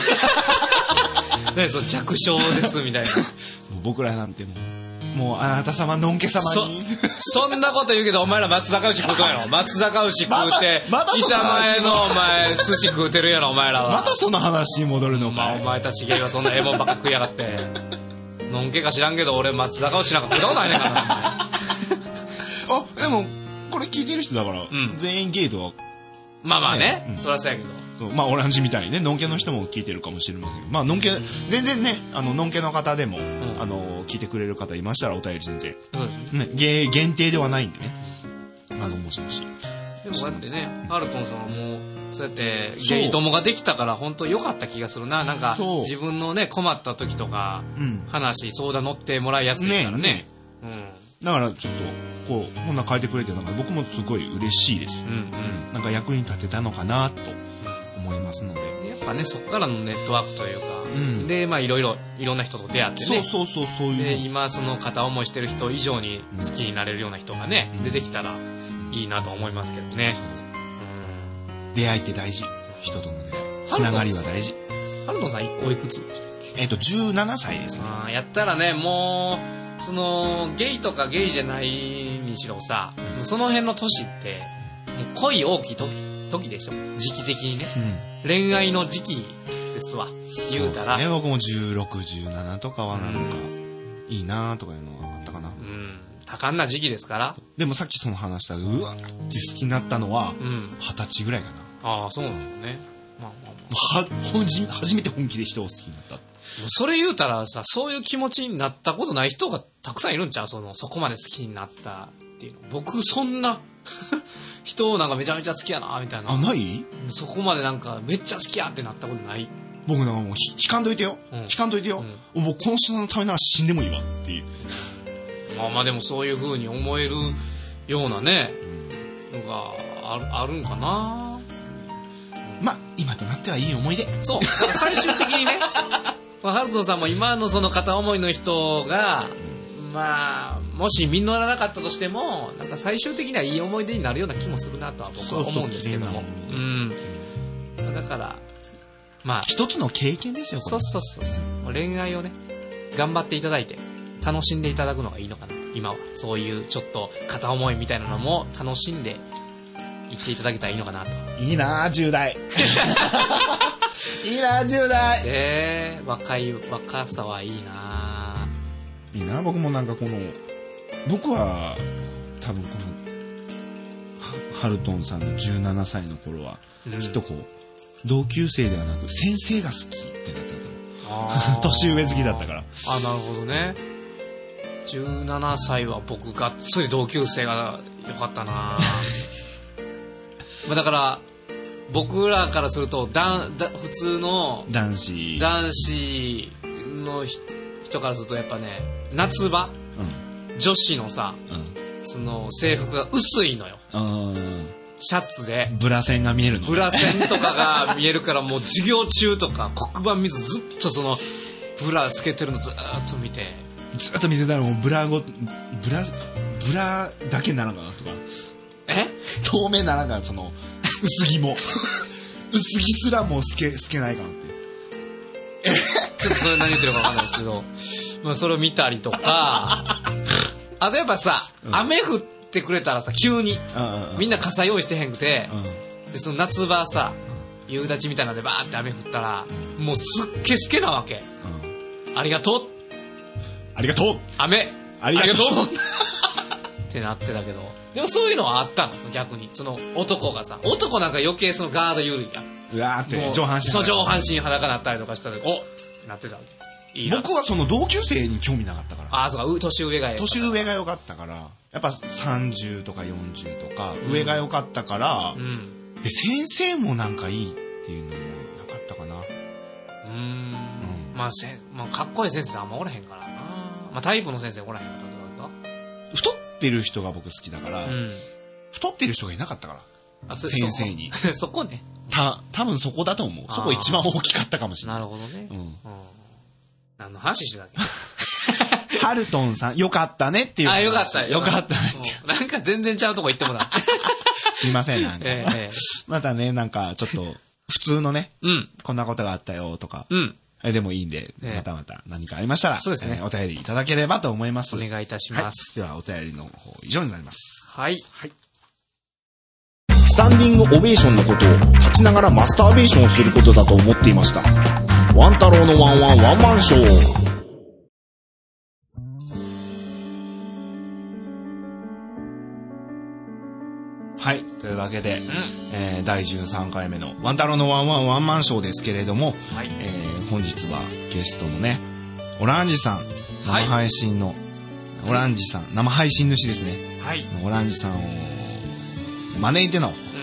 ね、そう弱小ですみたいな。 僕らなんてもうもうあなた様のんけ様にそ, そんなこと言うけどお前ら松坂牛食うとんやろ。松坂牛食うて、ま、板前のお前寿司食うてるやろお前らは。 またその話に戻るのか、 まあ、お前たちゲイはそんなええもんばっか食いやがって。のんけか知らんけど俺松坂牛なんか食ったことないねんからあでもこれ聞いてる人だから、うん、全員ゲイとはまあまあね、ね、うん、そりゃそうやけどそうまあオランジみたいにねのんけの人も聞いてるかもしれませんけど、まあのんけ、うん、全然ねあののんけの方でも、うん、あの聞いてくれる方いましたらお便り全然そうですね、ゲイ限定ではないんでね、うん、あのもしもしでもこうやってねハルトンさんはもうそうやってゲイ友ができたから本当良かった気がするな。なんか自分のね困った時とか、うん、話相談乗ってもらいやすいからね。ね、 うん、だからちょっとこうこんな書いてくれてなんか僕もすごい嬉しいです。うんうん、なんか役に立てたのかなと思いますので。 でやっぱねそっからのネットワークというか、うん、でまあいろいろいろんな人と出会ってね。 そうそうそうそういう。 で今その片思いしてる人以上に好きになれるような人がね、うん、出てきたらいいなと思いますけどね。 うん、出会いって大事。人との出会い。つながりは大事。 ハルトンさんおいくつ？ えっとじゅうななさいですね。 あやったらねもうそのゲイとかゲイじゃないにしろさ、うん、その辺の年ってもう恋大きい時時でしょ時期的にね、うん、恋愛の時期ですわ言うたら。 ね僕もじゅうろく、じゅうななとかはなんか、うん、いいなとかいうのがあったかな。うん多感な時期ですから。 でもさっきその話したうわって好きになったのは二十歳ぐらいかな。 ああそうなのね。まあまあまあ、は初めて本気で人を好きになった。 それ言うたらさそういう気持ちになったことない人がたくさんいるんちゃう。そのそこまで好きになったっていうの。僕そんな人をなんかめちゃめちゃ好きやなみたいな。 あないそこまでなんかめっちゃ好きやってなったことない。 僕なんかもう引かんといてよ、うん、引かんといてよ、うん、もうこの人のためなら死んでもいいわっていう。 まあまあでもそういう風に思えるようなね、うん、のがある、あるんかな。 まあ今となってはいい思い出。 そうだから最終的にねまあ、ハルトンさんも今のその片思いの人が、まあもし実らなかったとしてもなんか最終的にはいい思い出になるような気もするなとは僕は思うんですけども。うん。だからまあ一つの経験ですよ。 そうそうそうそう。恋愛をね頑張っていただいて楽しんでいただくのがいいのかな今は。そういうちょっと片思いみたいなのも楽しんでいっていただけたらいいのかなと。 いいなじゅう代いいなじゅう代。 えー、若い若さはいいないいな。僕もなんかこの僕は多分このハルトンさんのじゅうななさいの頃は、うん、きっとこう同級生ではなく先生が好きってなってたと思う。年上好きだったから。 あなるほどね。じゅうななさいは僕がっつり同級生が良かったなまあだから僕らからするとだだ普通の男子男子の人からするとやっぱね夏場、うん、女子のさ、うん、その制服が薄いのよ。シャツでブラ線が見えるの。 ブラ線とかが見えるからもう授業中とか黒板見ずずっとそのブラつけてるのずっと見てずっと見てたらもうブラごブラブラだけならんかなとか。 え透明ならんかなその薄着も薄着すらもう透け透けないかなって。 ちょっとそれ何言ってるか分かんないですけどまあそれを見たりとかあとやっぱさ、うん、雨降ってくれたらさ急に、うんうん、みんな傘用意してへんくて、うん、でその夏場さ、うん、夕立みたいなのでバーって雨降ったら、うん、もうすっけすけなわけ、うん、ありがとうありがとう雨ありがとうってなってたけどでもそういうのはあったの逆にその男がさ男なんか余計そのガード緩いやん。 うわーって上半身そう上半身裸になったりとかしたらおってなってた。いいな。 僕はその同級生に興味なかったから。 ああそうか年上がよかった年上が良かったからやっぱさんじゅうとかよんじゅうとか上が良かったから、うん、で先生もなんかいいっていうのもなかったかな。うーん、うん、まあせ、まあ、かっこいい先生あんまおらへんからな。まあタイプの先生おらへんかったとか太ってる人が僕好きだから、うん、太ってる人がいなかったからあ先生にそ, そこねた多分そこだと思う。そこ一番大きかったかもしれない。 なるほどね、うんうん、何の話してたっけハルトンさんよかったねっていう。 あよかったよかったねって、 うん、なんか全然ちゃうとこ行ってもらうすいませんなんか、えー、またねなんかちょっと普通のね、うん、こんなことがあったよとか、うんでもいいんで、またまた何かありましたら、そうですね、えー、お便りいただければと思います。 お願いいたします。 はい、ではお便りの方以上になります。 はい。はい。 スタンディングオベーションのことを立ちながらマスターベーションをすることだと思っていました。ワン太郎のワンワンワンマンショー。はい。というわけで、うんえー、だいじゅうさんかいめのワン太郎のワンワンワンマンショーですけれども、はいえー、本日はゲストのね、オランジさん、生配信の、はい、オランジさん、生配信主ですね。はい。オランジさんを招いての、うんえー、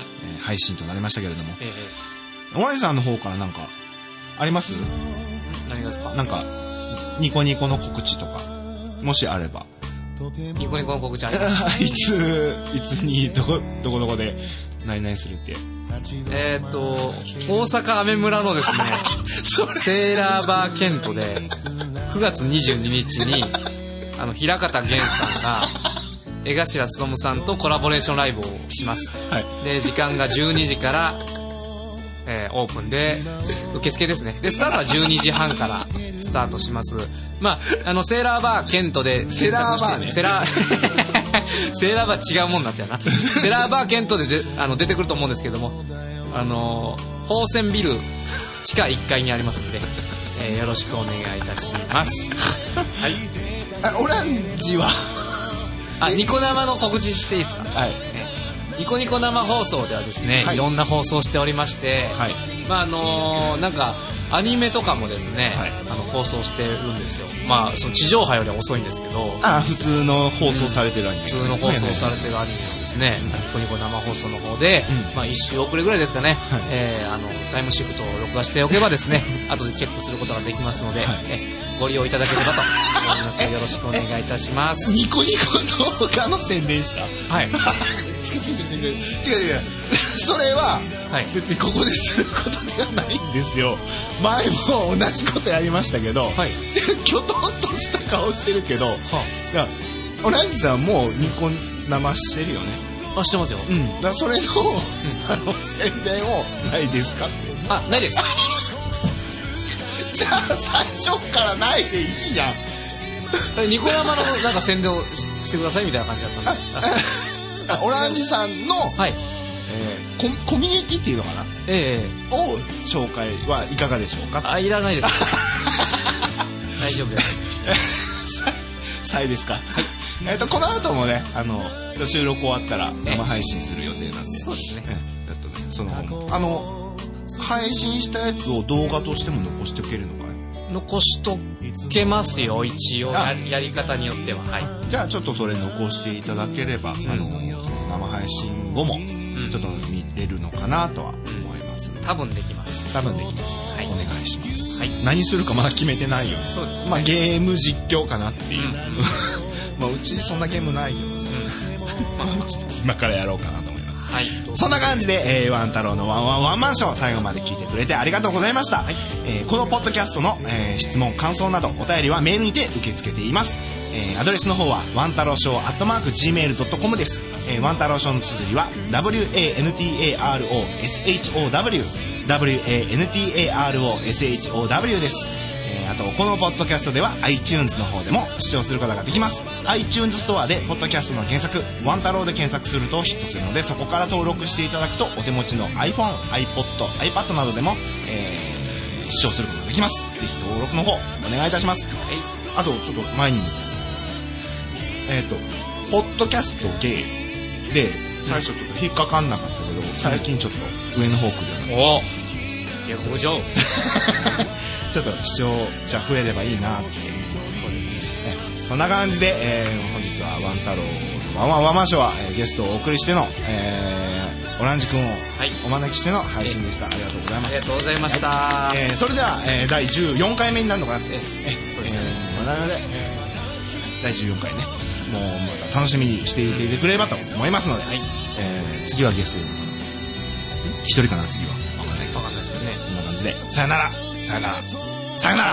配信となりましたけれども、 えオランジさんの方からなんかあります？ え何がですか？ なんかニコニコの告知とかもしあれば。 ニコニコの告知あります。 いついつにどこどこどこで何々するって。 えーっと大阪アメ村のですねセーラーバーケントでくがつにじゅうににちにあの平方源さんが江頭勉さんとコラボレーションライブをします、 はい、 で時間がじゅうにじから、えー、オープンで受付ですね。でスタートはじゅうにじはんからスタートします。まああのセーラーバーケントで制作して、セラーバーねセーラーバー違うもんなんちゃうな。セーラーバーケントでであの出てくると思うんですけども、あの宝泉ビル地下いっかいにありますので、えー、よろしくお願いいたしますはい。 あオランジはあニコ生の告知していいですか？ はい、 ニコニコ生放送ではですね、はい、いろんな放送しておりまして、はい、まああのー、なんかアニメとかもですね、はい、あの放送してるんですよ。まあその地上波よりは遅いんですけど、 あ普通の放送されてるアニメ、 うん、普通の放送されてるアニメをですね、うん、ニコニコ生放送の方で、うん、まあいっ週遅れぐらいですかね、はい、えー、あのタイムシフトを録画しておけばですね後でチェックすることができますので、はい、えご利用いただければと思います。よろしくお願いいたします。 ニコニコ動画の宣伝した。はい違う違う違う違う違う違うそれは別にここですることではないんですよ。前も同じことやりましたけど、はい、きょとんとした顔してるけど、はあ、いやオランジさんもニコ生してるよね。 あしてますよ、 うん、だからそれの、うん、あの宣伝をないですかって。 あないですじゃあ最初からないでいいやん。 ニコ生のなんか宣伝を し, してくださいみたいな感じだったんでオランジさんの、はい、えー、コ, コミュニティっていうのかな、えー、を紹介はいかがでしょうか。 あいらないです大丈夫ですさいですか、はい。えー、とこの後もねあの収録終わったら生配信する予定なんで、 そうですね、 えー、だとねその方もあの配信したやつを動画としても残しておけるのかね。 残しとけますよ一応 や, やり方によっては、はい、 じゃあちょっとそれ残していただければ、うん、あのその生配信後もちょっと見れるのかなとは思います、ね、 うん、多分できます多分できます、はい、お願いします、はい、何するかまだ決めてないよ。 そうですね、 まあ、ゲーム実況かなっていう、うんまあ、うちそんなゲームないけど、うんまあ、うち今からやろうかなと思います。はい、そんな感じで、えー、ワン太郎のワンワンワンマンショー最後まで聞いてくれてありがとうございました、はい。えー、このポッドキャストの、えー、質問感想などお便りはメールにて受け付けています。えー、アドレスの方はワン太郎ショーアットマーク ジーメールドットコム です。えー、ワン太郎ショーの綴りは ダブリューエーエヌティーエーアールオーエスエイチオーダブリュー ダブリューエーエヌティーエーアールオーエスエイチオーダブリュー です。えー、あとこのポッドキャストでは iTunes の方でも視聴することができます。 iTunes ストアでポッドキャストの検索ワン太郎で検索するとヒットするので、そこから登録していただくとお手持ちの iPhone、iPod、iPad などでも、えー、視聴することができます。ぜひ登録の方お願いいたします、はい。あとちょっと前にもえっ、ー、とポッドキャストゲイで最初ちょっと引っかかんなかったけど、最近ちょっと上の方来るようになって、 おいやご上ちょっと視聴者増えればいいなっていう、そうですね。そんな感じで、えー、本日はワン太郎のワンワンワンマンショーは、えー、ゲストをお送りしての、えー、オランジ君をお招きしての配信でした、はい、ありがとうございます。 ありがとうございました、 はい。えー、それでは、えー、だいじゅうよんかいめになるのかな、えー、 そうですね、 えー、なので、えー、だいじゅうよんかいねもうまた楽しみにしていてくれればと思いますので、はい、えー、次はゲスト一人かな、次は分かんない分かんないですけどね。 こんな感じでさよならさよならさよなら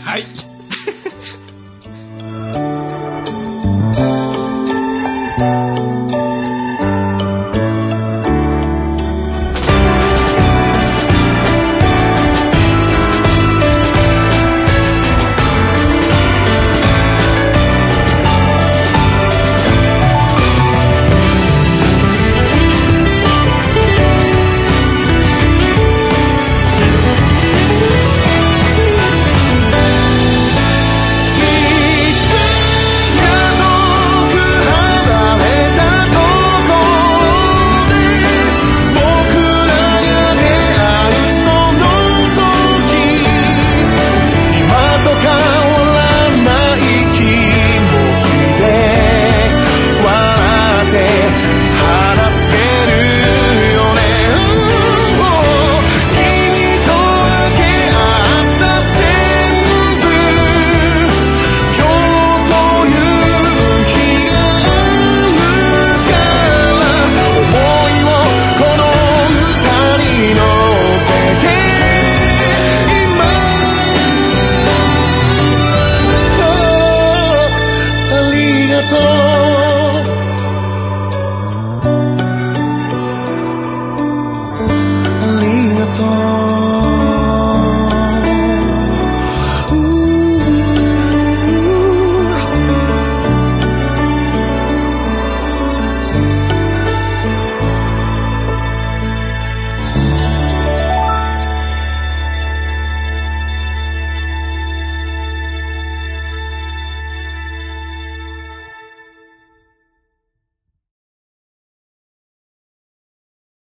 はい